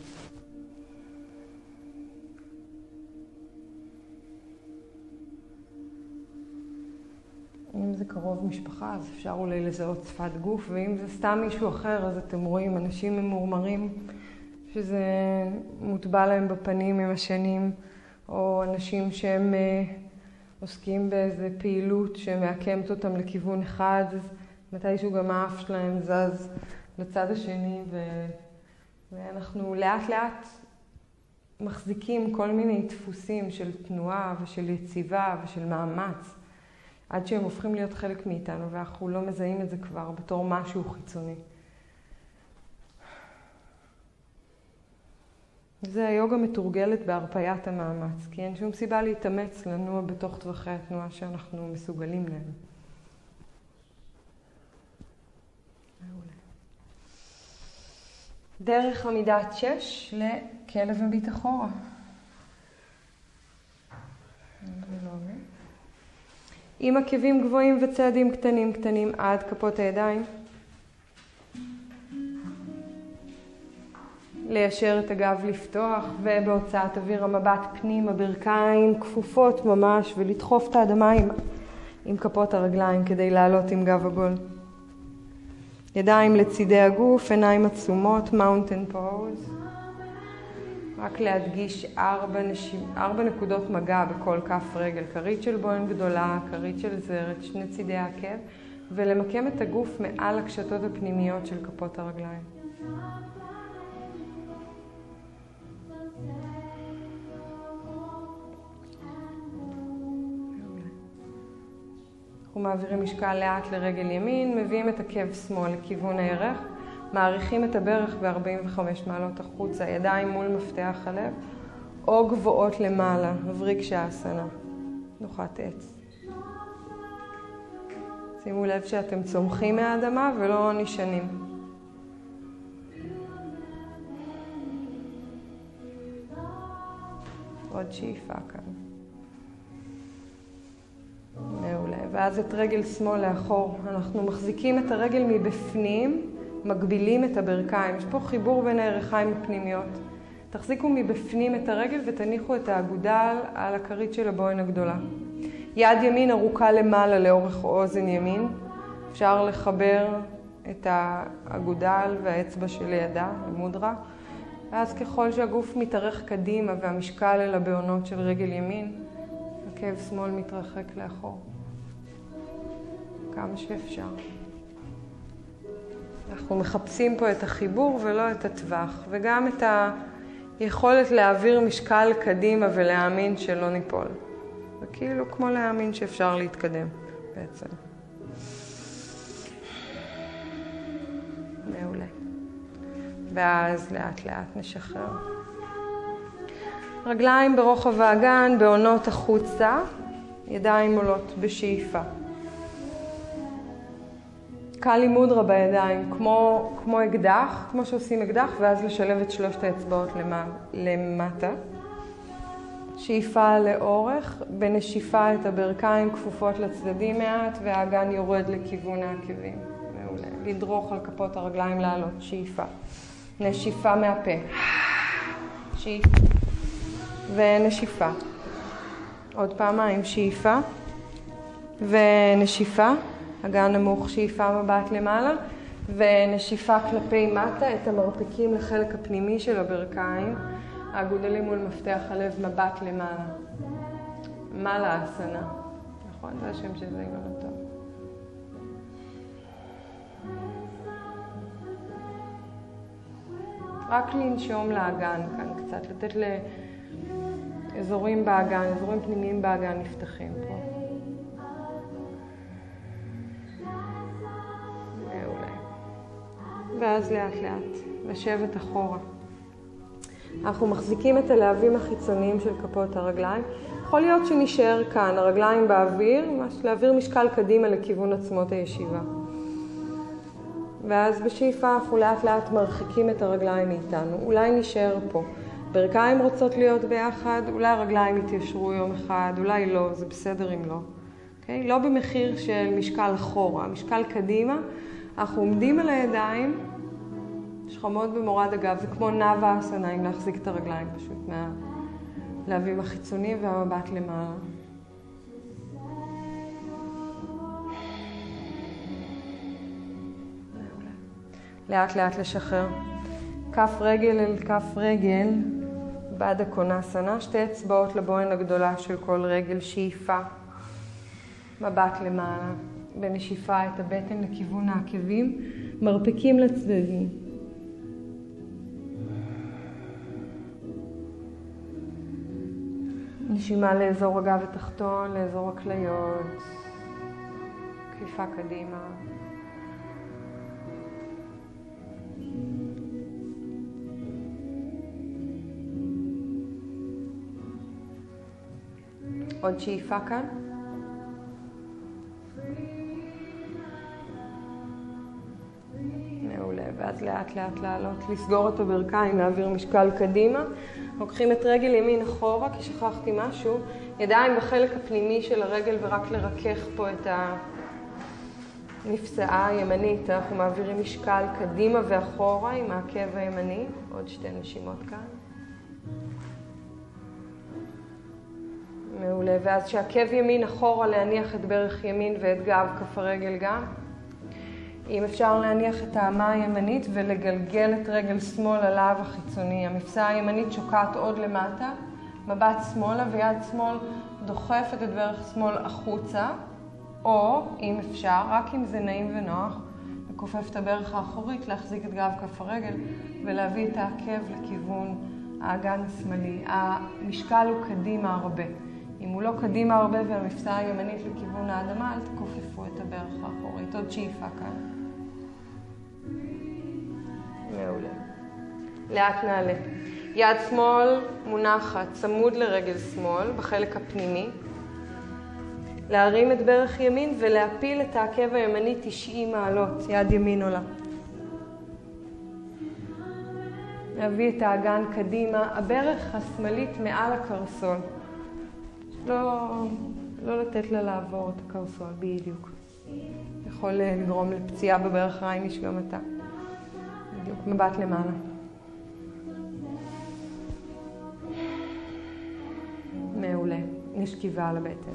אם זה קרוב משפחה, אז אפשר אולי לזהות שפת גוף, ואם זה סתם מישהו אחר, אז אתם רואים אנשים ממורמרים, שזה מוטבע להם בפנים עם השנים, או אנשים שהם עוסקים באיזו פעילות שמעקמת אותם לכיוון אחד, אז מתישהו גם האף שלהם זז לצד השני, ואנחנו לאט לאט מחזיקים כל מיני דפוסים של תנועה ושל יציבה ושל מאמץ, עד שהם הופכים להיות חלק מאיתנו, ואנחנו לא מזהים את זה כבר בתור משהו חיצוני. זה היוגה מתורגלת בהרפיית המאמץ, כי אין שום סיבה להתאמץ לנוע בתוך טווחי התנועה שאנחנו מסוגלים להם. דרך עמידת 6 לכלב מביט אחורה. עם עקבים גבוהים וצעדים קטנים קטנים עד כפות הידיים. ליישר את הגב לפתוח, ובהוצאת אוויר המבט פנים, הברכיים כפופות ממש, ולדחוף את האדמה עם כפות הרגליים כדי לעלות עם גב עגול. ידיים לצידי הגוף, עיניים עצומות, מאונטן פוז. רק להדגיש 4 נקודות מגע בכל כף רגל, כרית של בוהן גדולה, כרית של זרת, שני צידי העקב, ולמקם את הגוף מעל הקשתות הפנימיות של כפות הרגליים. אנחנו מעבירים משקל לאט לרגל ימין, מביאים את עקב שמאל לכיוון הירך, מעריכים את הברך ב-45 מעלות החוצה, ידיים מול מפתח הלב, או גבוהות למעלה, וריגשאסנה, תנוחת עץ. שימו לב שאתם צומחים מהאדמה ולא נשענים. עוד שאיפה כאן. מעולה. ואז את רגל שמאל לאחור. אנחנו מחזיקים את הרגל מבפנים, מגבילים את הברכיים. יש פה חיבור בין הירכיים הפנימיות. תחזיקו מבפנים את הרגל ותניחו את האגודל על הכרית של הבוהן הגדולה. יד ימין ארוכה למעלה לאורך אוזן ימין. אפשר לחבר את האגודל והאצבע שלידה, למודרה. ואז ככל שהגוף מתארך קדימה והמשקל אל הבעונות של רגל ימין, עקב שמאל מתרחק לאחור. כמה שאפשר. אנחנו מחפשים פה את החיבור ולא את הטווח, וגם את היכולת להעביר משקל קדימה ולהאמין שלא ניפול. זה כאילו כמו להאמין שאפשר להתקדם בעצם. מעולה. ואז לאט לאט נשחרר. רגליים ברוחב האגן, בעונות החוצה, ידיים עולות בשאיפה. קלי מודרה בידיים, כמו אקדח, כמו שעושים אקדח, ואז לשלב את 3 האצבעות למטה. שאיפה לאורך, בנשיפה את הברכיים כפופות לצדדים מעט, והאגן יורד לכיוון העקבים. מעולה. לדרוך על כפות הרגליים לעלות, שאיפה. נשיפה מהפה. שאיפה. ונשיפה. עוד פעמיים, שאיפה. ונשיפה. אגן נמוך, שאיפה מבט למעלה. ונשיפה כלפי מטה, את המרפקים לחלק הפנימי של הברכיים. האגודלים מול מפתח הלב, מבט למעלה. מעלה אסנה. נכון? זה השם של זה, אם לא טוב. רק לנשום לאגן כאן קצת, לתת לאזורים באגן, אזורים פנימיים באגן נפתחים פה. מעולה. ואז לאט לאט, לשבת אחורה. אנחנו מחזיקים את הלהבים החיצוניים של כפות הרגליים. יכול להיות שנשאר כאן, הרגליים באוויר, להעביר משקל קדימה לכיוון עצמות הישיבה. ואז בשאיפה אנחנו לאט לאט מרחיקים את הרגליים מאיתנו. אולי נשאר פה. ברכיים רוצות להיות ביחד, אולי הרגליים יתיישרו יום אחד, אולי לא, זה בסדר אם לא. Okay? לא במחיר של משקל אחורה, משקל קדימה. אנחנו עומדים על הידיים, שכמות במורד הגב, זה כמו נאווה אסנה, אם להחזיק את הרגליים פשוט מהלהבים החיצוניים והמבט למעלה. לאט לאט לשחרר. כף רגל אל כף רגל, בעד הקונאסנה, 2 אצבעות לבוהן הגדולה של כל רגל, שאיפה, מבט למעלה, בנשיפה את הבטן לכיוון העקבים, מרפקים לצדדים. נשימה לאזור הגב התחתון, לאזור הכליות, כפיפה קדימה. עוד שאיפה כאן. מעולה, ואז לאט לאט לעלות, לסגור את הברכיים, להעביר משקל קדימה. לוקחים את רגל ימין אחורה, כי שכחתי משהו. ידיים בחלק הפנימי של הרגל ורק לרכך פה את הנפסעה הימנית. אנחנו מעבירים משקל קדימה ואחורה עם העקב הימני. עוד 2 נשימות כאן. מעולה, ואז שעקב ימין אחורה להניח את ברך ימין ואת גב כף הרגל גם. אם אפשר להניח את האמה הימנית ולגלגל את רגל שמאל על האב החיצוני. המפסעה הימנית שוקעת עוד למטה, מבט שמאלה ויד שמאל דוחפת את ברך שמאל החוצה, או אם אפשר, רק אם זה נעים ונוח, לכופף את הברך האחורית, להחזיק את גב כף הרגל ולהביא את העקב לכיוון האגן השמאלי. המשקל הוא קדימה הרבה. אם הוא לא קדימה הרבה והמפסעה הימנית לכיוון האדמה, אל תכופפו את הברך האחורית. עוד שאיפה כאן. מעולה. לאט נעלה. יד שמאל מונחת צמוד לרגל שמאל בחלק הפנימי. להרים את ברך ימין ולהפיל את העקב הימני 90 מעלות. יד ימין עולה. להביא את האגן קדימה. הברך השמאלית מעל הקרסול. לא לתת לה לעבור את הקרסול, בדיוק. יכול לגרום לפציעה בברך רייניש גם אתה. בדיוק, מבט למעלה. מעולה. נשכיבה על הבטן.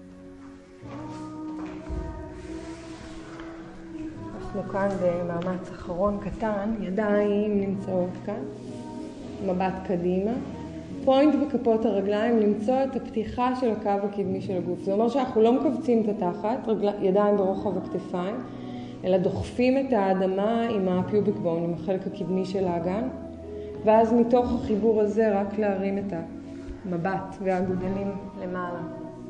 אנחנו כאן במאמץ אחרון קטן, ידיים נמצאות כאן, מבט קדימה. פוינט בכפות הרגליים, למצוא את הפתיחה של הקו הקדמי של הגוף. זה אומר שאנחנו לא מכווצים את התחת, ידיים ברוחב הכתפיים, אלא דוחפים את האדמה עם הפיוביק בון, עם החלק הקדמי של האגן, ואז מתוך החיבור הזה רק להרים את המבט והגודלים למעלה.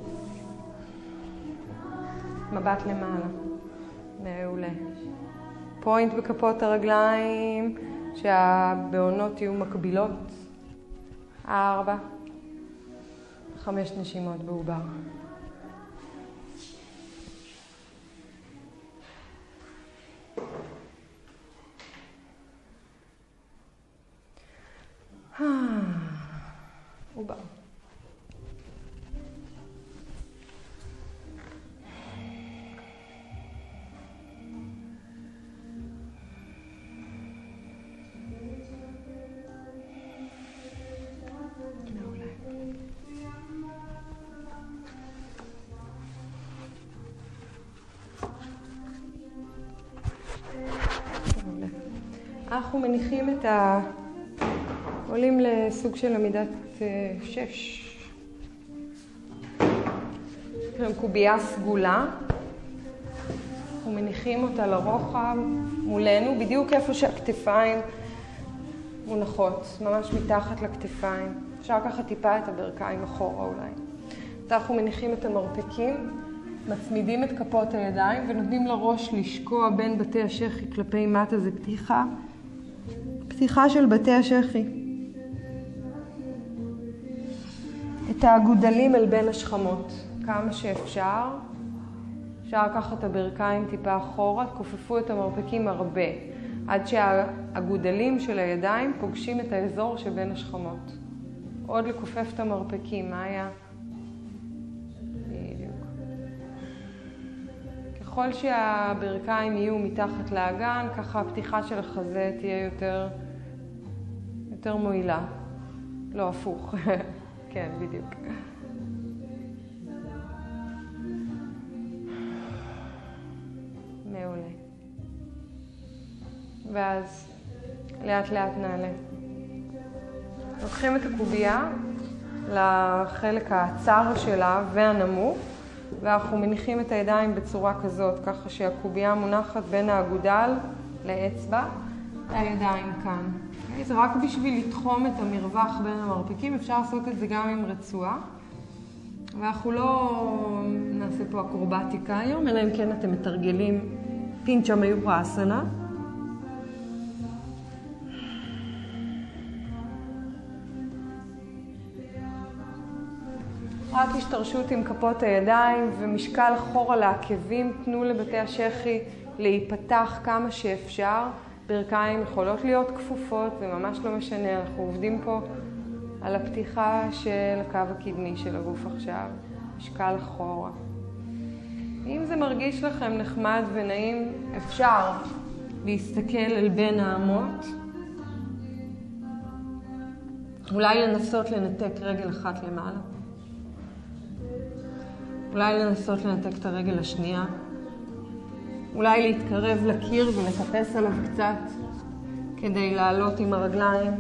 מבט למעלה. מעולה. פוינט בכפות הרגליים, שהבעונות יהיו מקבילות. 4, 5 נשימות בעובר. עובר. אנחנו מניחים את עולים לסוג של עמידת 6. קובייה סגולה. אנחנו מניחים אותה לרוחב מולנו, בדיוק איפה שהכתפיים מונחות, ממש מתחת לכתפיים. אפשר ככה טיפה את הברכיים אחורה אולי. אז אנחנו מניחים את המרפקים, מצמידים את כפות הידיים ונותנים לראש לשקוע בין בתי השכי כלפי מטה. זה פתיחה של בתי השכי. את האגודלים אל בין השכמות, כמה שאפשר. אפשר לקחת את הברכיים טיפה אחורה, כופפו את המרפקים הרבה, עד שהאגודלים של הידיים פוגשים את האזור שבין השכמות. עוד לכופף את המרפקים, מה היה? בדיוק. ככל שהברכיים יהיו מתחת לאגן, ככה הפתיחה של החזה תהיה יותר מועילה. לא, הפוך. כן, בדיוק. מעולה. ואז לאט לאט נעלה. לוקחים את הקובייה לחלק הצר שלה והנמוך, ואנחנו מניחים את הידיים בצורה כזאת, ככה שהקובייה מונחת בין האגודל לאצבע, הידיים כאן. זה רק בשביל לתחום את המרווח בין המרפקים, אפשר לעשות את זה גם עם רצועה. ואנחנו לא נעשה פה אקרובטיקה היום, אלא אם כן אתם מתרגלים פינצ'ה מיוחסנה. במיוחד השתרשות עם כפות הידיים ומשקל אחורה לעקבים. תנו לבתי השכי להיפתח כמה שאפשר. ברכיים יכולות להיות כפופות, זה ממש לא משנה. אנחנו עובדים פה על הפתיחה של הקו הקדמי של הגוף עכשיו. משקל אחורה. אם זה מרגיש לכם נחמד ונעים, אפשר להסתכל על בין האמות. אולי לנסות לנתק רגל אחת למעלה. אולי לנסות לנתק את הרגל השנייה. אולי להתקרב לקיר ולחפש עליו קצת כדי לעלות עם הרגליים.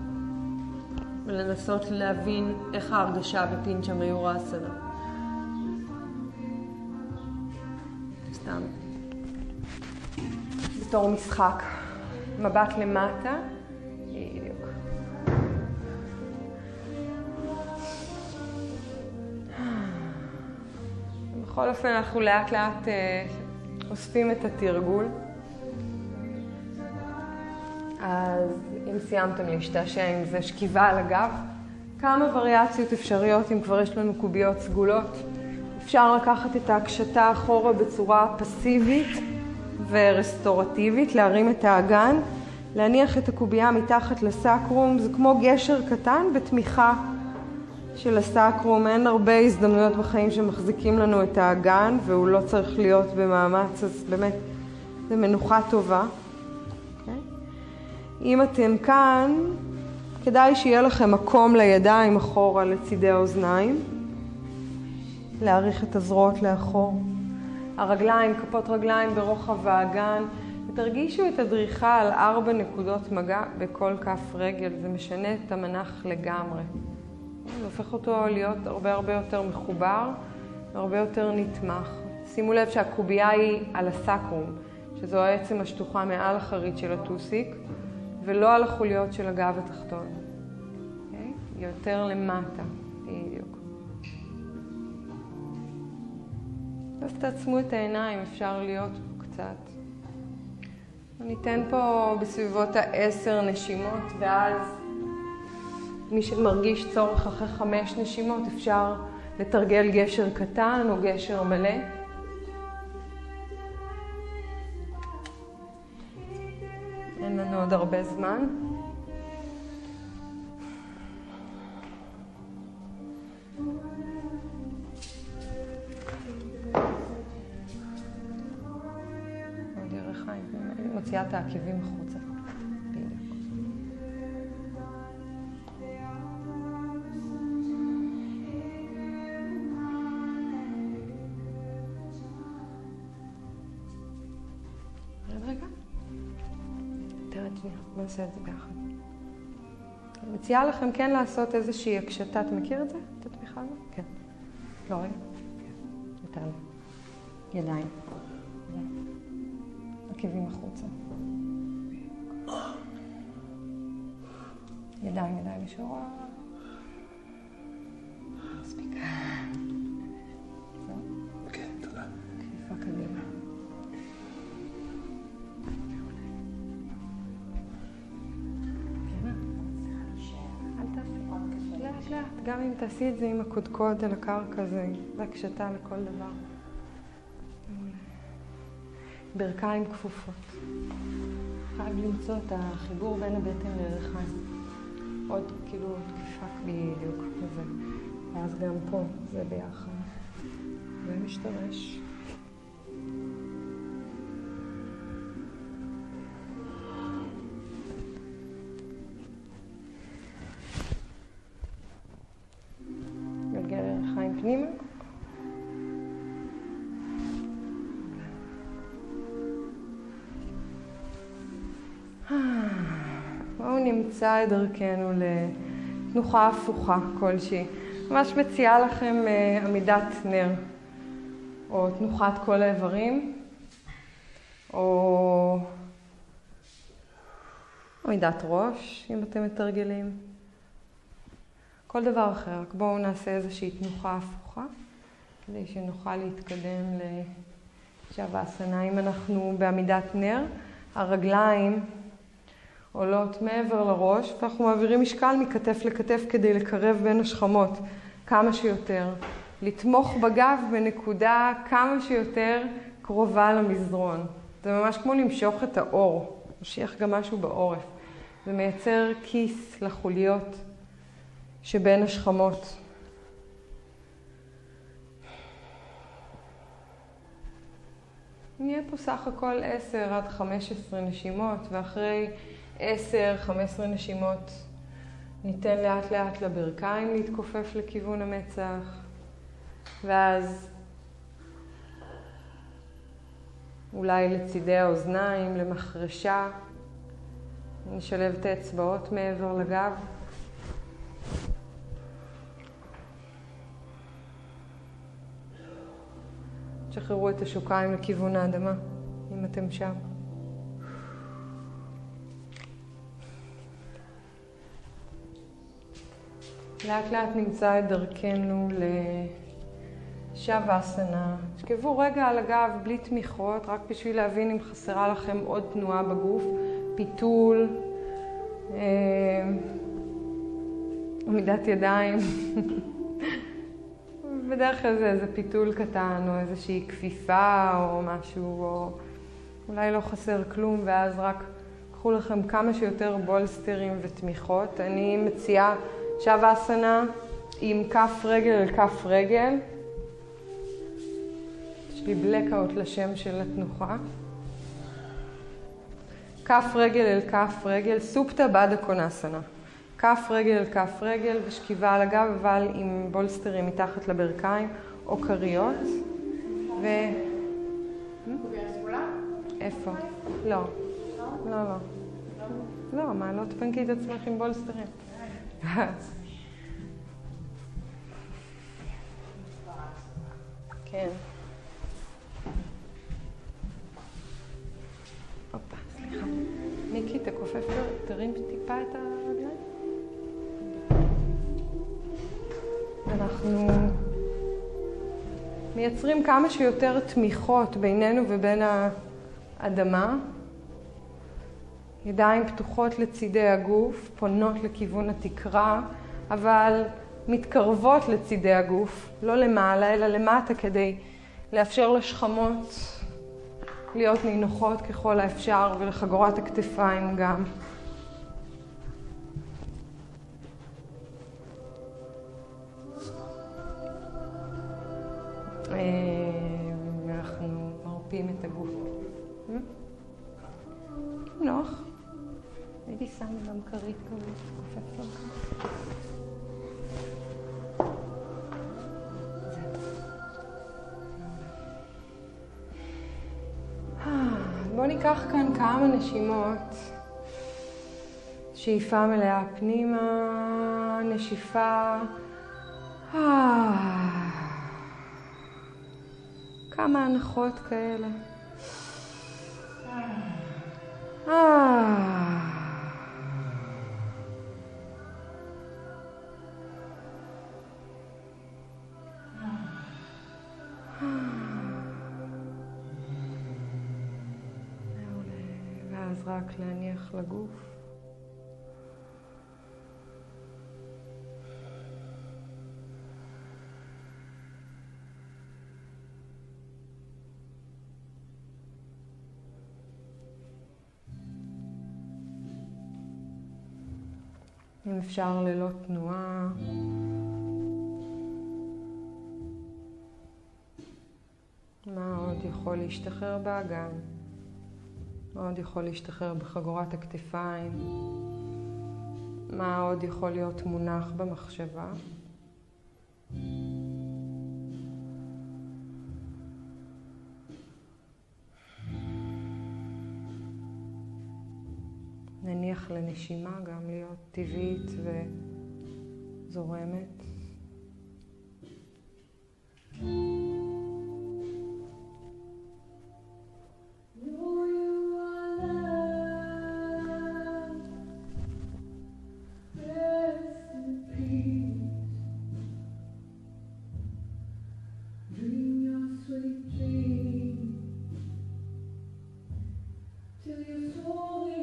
ולנסות להבין איך ההרגשה בפינצ'ה מיורסנה. סתם. בתור משחק. מבט למטה. בדיוק. בכל אופן אנחנו לאט לאט אוספים את התרגול. אז אם סיימתם להשתעשע עם זה, שכיבה על הגב. כמה וריאציות אפשריות אם כבר יש לנו קוביות סגולות. אפשר לקחת את ההקשתה אחורה בצורה פסיבית ורסטורטיבית, להרים את האגן, להניח את הקובייה מתחת לסקרום. זה כמו גשר קטן בתמיכה של הסקרום. אין הרבה הזדמנויות בחיים שמחזיקים לנו את האגן, והוא לא צריך להיות במאמץ, אז באמת זה מנוחה טובה. אם אתם כאן, כדאי שיהיה לכם מקום לידיים אחורה לצידי האוזניים. להאריך את הזרועות לאחור. הרגליים, כפות רגליים ברוחב האגן. ותרגישו את הדריכה על 4 נקודות מגע בכל כף רגל. זה משנה את המנח לגמרי. זה הופך אותו להיות הרבה יותר מחובר, הרבה יותר נתמך. שימו לב שהקובייה היא על הסקרום, שזו העצם השטוחה מעל החרית של הטוסיק, ולא על החוליות של הגב התחתון. Okay? יותר למטה, בדיוק. אז תעצמו את העיניים, אפשר להיות פה קצת. ניתן פה בסביבות 10 נשימות, ואז מי שמרגיש צורך אחרי 5 נשימות, אפשר לתרגל גשר קטן או גשר מלא. אין לנו עוד הרבה זמן. עוד דרך חיים, אני מוציאה את העקבים החוצה. בוא נעשה את זה ביחד. אני מציעה לכם כן לעשות איזושהי הקשתה. אתה מכיר את זה? את התמיכה הזאת? כן. לא רגע? יותר לי. ידיים. עקבים החוצה. ידיים לשורה. מספיק. אוקיי, תודה. כפיפה קדימה. גם אם תעשי את זה עם הקודקוד על הקרקע, זה הקשתה לכל דבר. ברכיים כפופות. חייב למצוא את החיבור בין הבטן לרחיים. עוד כאילו תקיפה בדיוק כזה. ואז גם פה זה ביחד. ומשתרש. פנימה. בואו נמצא את דרכנו לתנוחה הפוכה כלשהי. ממש מציעה לכם עמידת נר, או תנוחת כל האיברים, או עמידת ראש, אם אתם מתרגלים. כל דבר אחר, רק בואו נעשה איזושהי תנוחה הפוכה, כדי שנוכל להתקדם לשבאסנה. אם אנחנו בעמידת נר, הרגליים עולות מעבר לראש, ואנחנו מעבירים משקל מכתף לכתף כדי לקרב בין השכמות. כמה שיותר. לתמוך בגב בנקודה כמה שיותר קרובה למזרון. זה ממש כמו למשוך את האור, משיח גם משהו בעורף. זה מייצר כיס לחוליות שבין השכמות. נהיה פה סך הכל 10 עד 15 נשימות, ואחרי 10-15 נשימות ניתן לאט לאט לברכיים להתכופף לכיוון המצח, ואז אולי לצידי האוזניים, למחרשה, נשלב את האצבעות מעבר לגב. שחררו את השוקיים לכיוון האדמה, אם אתם שם. לאט לאט נמצא את דרכנו לשוואסנה. תשכבו רגע על הגב בלי תמיכות, רק בשביל להבין אם חסרה לכם עוד תנועה בגוף, פיתול, עמידת ידיים. בדרך כלל זה איזה פיתול קטן או איזושהי כפיפה או משהו, או אולי לא חסר כלום, ואז רק קחו לכם כמה שיותר בולסטרים ותמיכות. אני מציעה שוואסנה עם כף רגל אל כף רגל. יש לי בלקאוט לשם של התנוחה. כף רגל אל כף רגל, סופטה בדה קונסנה. כף רגל אל כף רגל ושכיבה על הגב, אבל עם בולסטרים מתחת לברכיים או קריות. איפה? לא. לא, לא. לא, מה, לא תפנקי את עצמך עם בולסטרים. כן. הופה, סליחה. מיקי, תכופף, תרים טיפה את הרגליים. אנחנו מייצרים כמה שיותר תמיכות בינינו ובין האדמה. ידיים פתוחות לצידי הגוף, פונות לכיוון התקרה, אבל מתקרבות לצידי הגוף, לא למעלה אלא למטה, כדי לאפשר לשכמות להיות נינוחות ככל האפשר, ולחגורת הכתפיים גם. אנחנו מרפים את הגוף. נוח. הייתי שמה גם כרית כזאת, קופץ לך. בואו ניקח כאן כמה נשימות. שאיפה מלאה פנימה, נשיפה. כמה הנחות כאלה. ואז רק להניח לגוף. אם אפשר ללא תנועה. מה עוד יכול להשתחרר באגן? מה עוד יכול להשתחרר בחגורת הכתפיים? מה עוד יכול להיות מונח במחשבה? נניח לנשימה גם להיות טבעית וזורמת.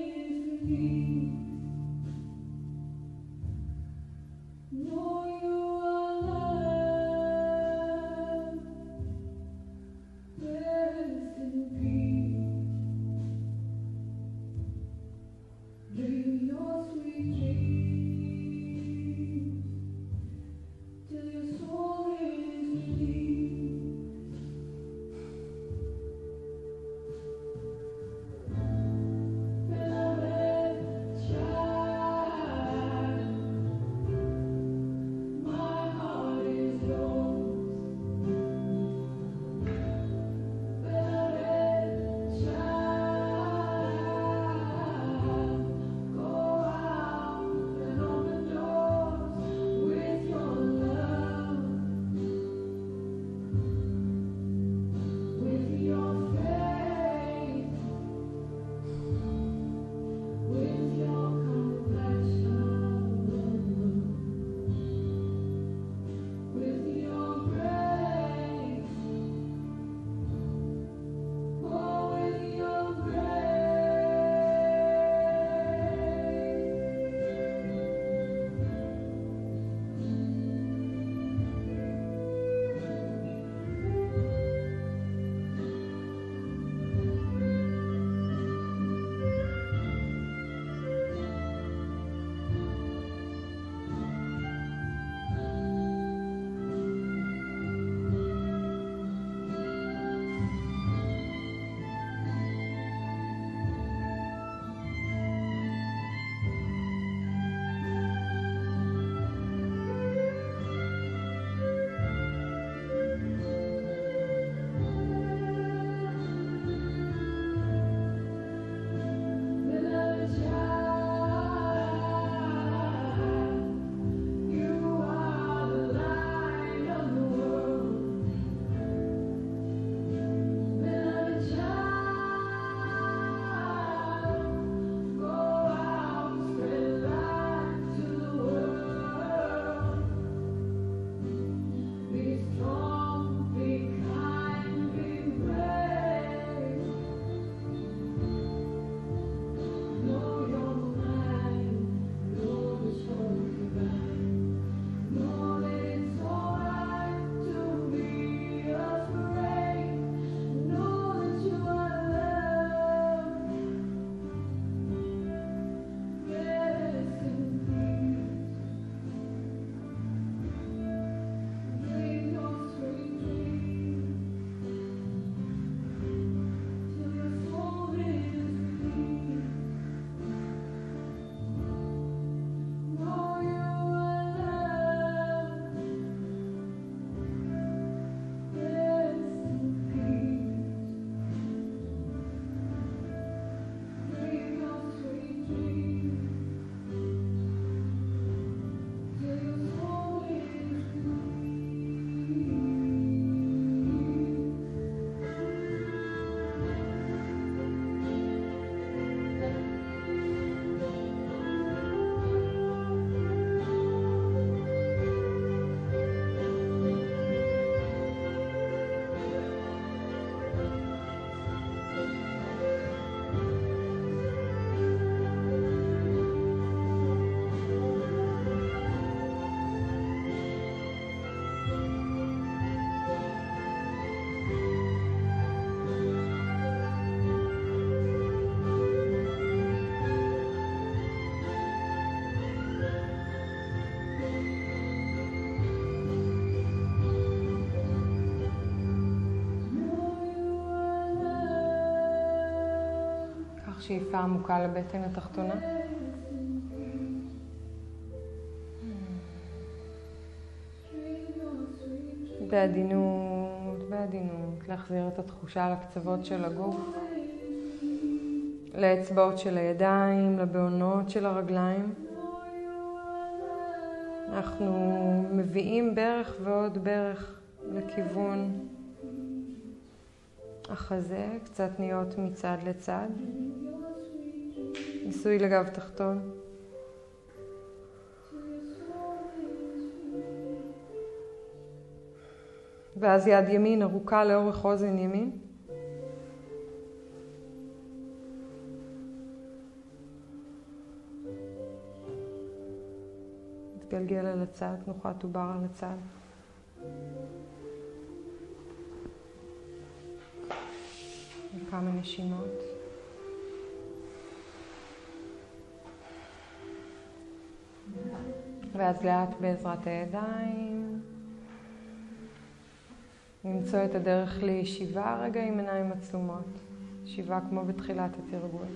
No, you שאיפה עמוקה לבטן התחתונה. בעדינות, להחזיר את התחושה לקצוות של הגוף, לאצבעות של הידיים, לבעונות של הרגליים. אנחנו מביאים ברך ועוד ברך לכיוון החזה, קצת ניות מצד לצד, ניסוי לגב תחתון. ואז יד ימין ארוכה לאורך אוזן ימין. נתגלגל על הצד, תנוחת עובר על הצד. כמה נשימות. ואז לאט בעזרת הידיים למצוא את הדרך לישיבה רגע עם עיניים עצומות. ישיבה כמו בתחילת התרגול.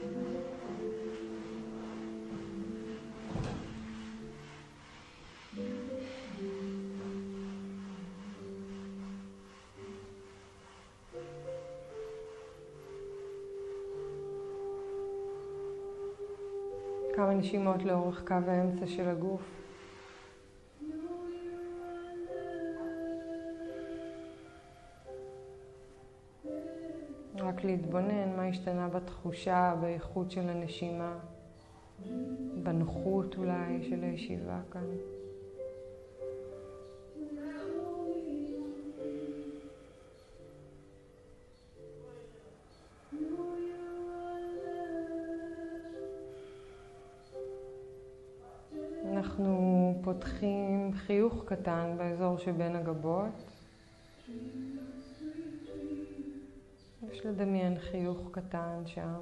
כמה נשימות לאורך קו האמצע של הגוף. רק להתבונן מה השתנה בתחושה, באיכות של הנשימה, בנוחות אולי של הישיבה כאן. אנחנו פותחים חיוך קטן באזור שבין הגבות. יש לדמיין חיוך קטן שם,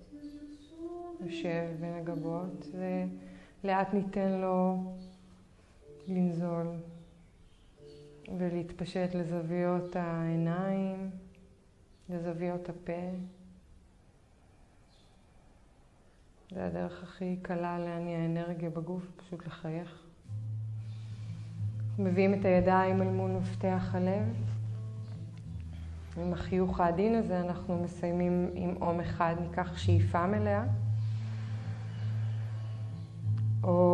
יושב בין הגבות, ולאט ניתן לו לנזול ולהתפשט לזוויות העיניים, לזוויות הפה. זה הדרך הכי קלה להניע אנרגיה בגוף, פשוט לחייך. מביאים את הידיים אל מול מפתח הלב. עם החיוך העדין הזה אנחנו מסיימים עם אום אחד, ניקח שאיפה מלאה. או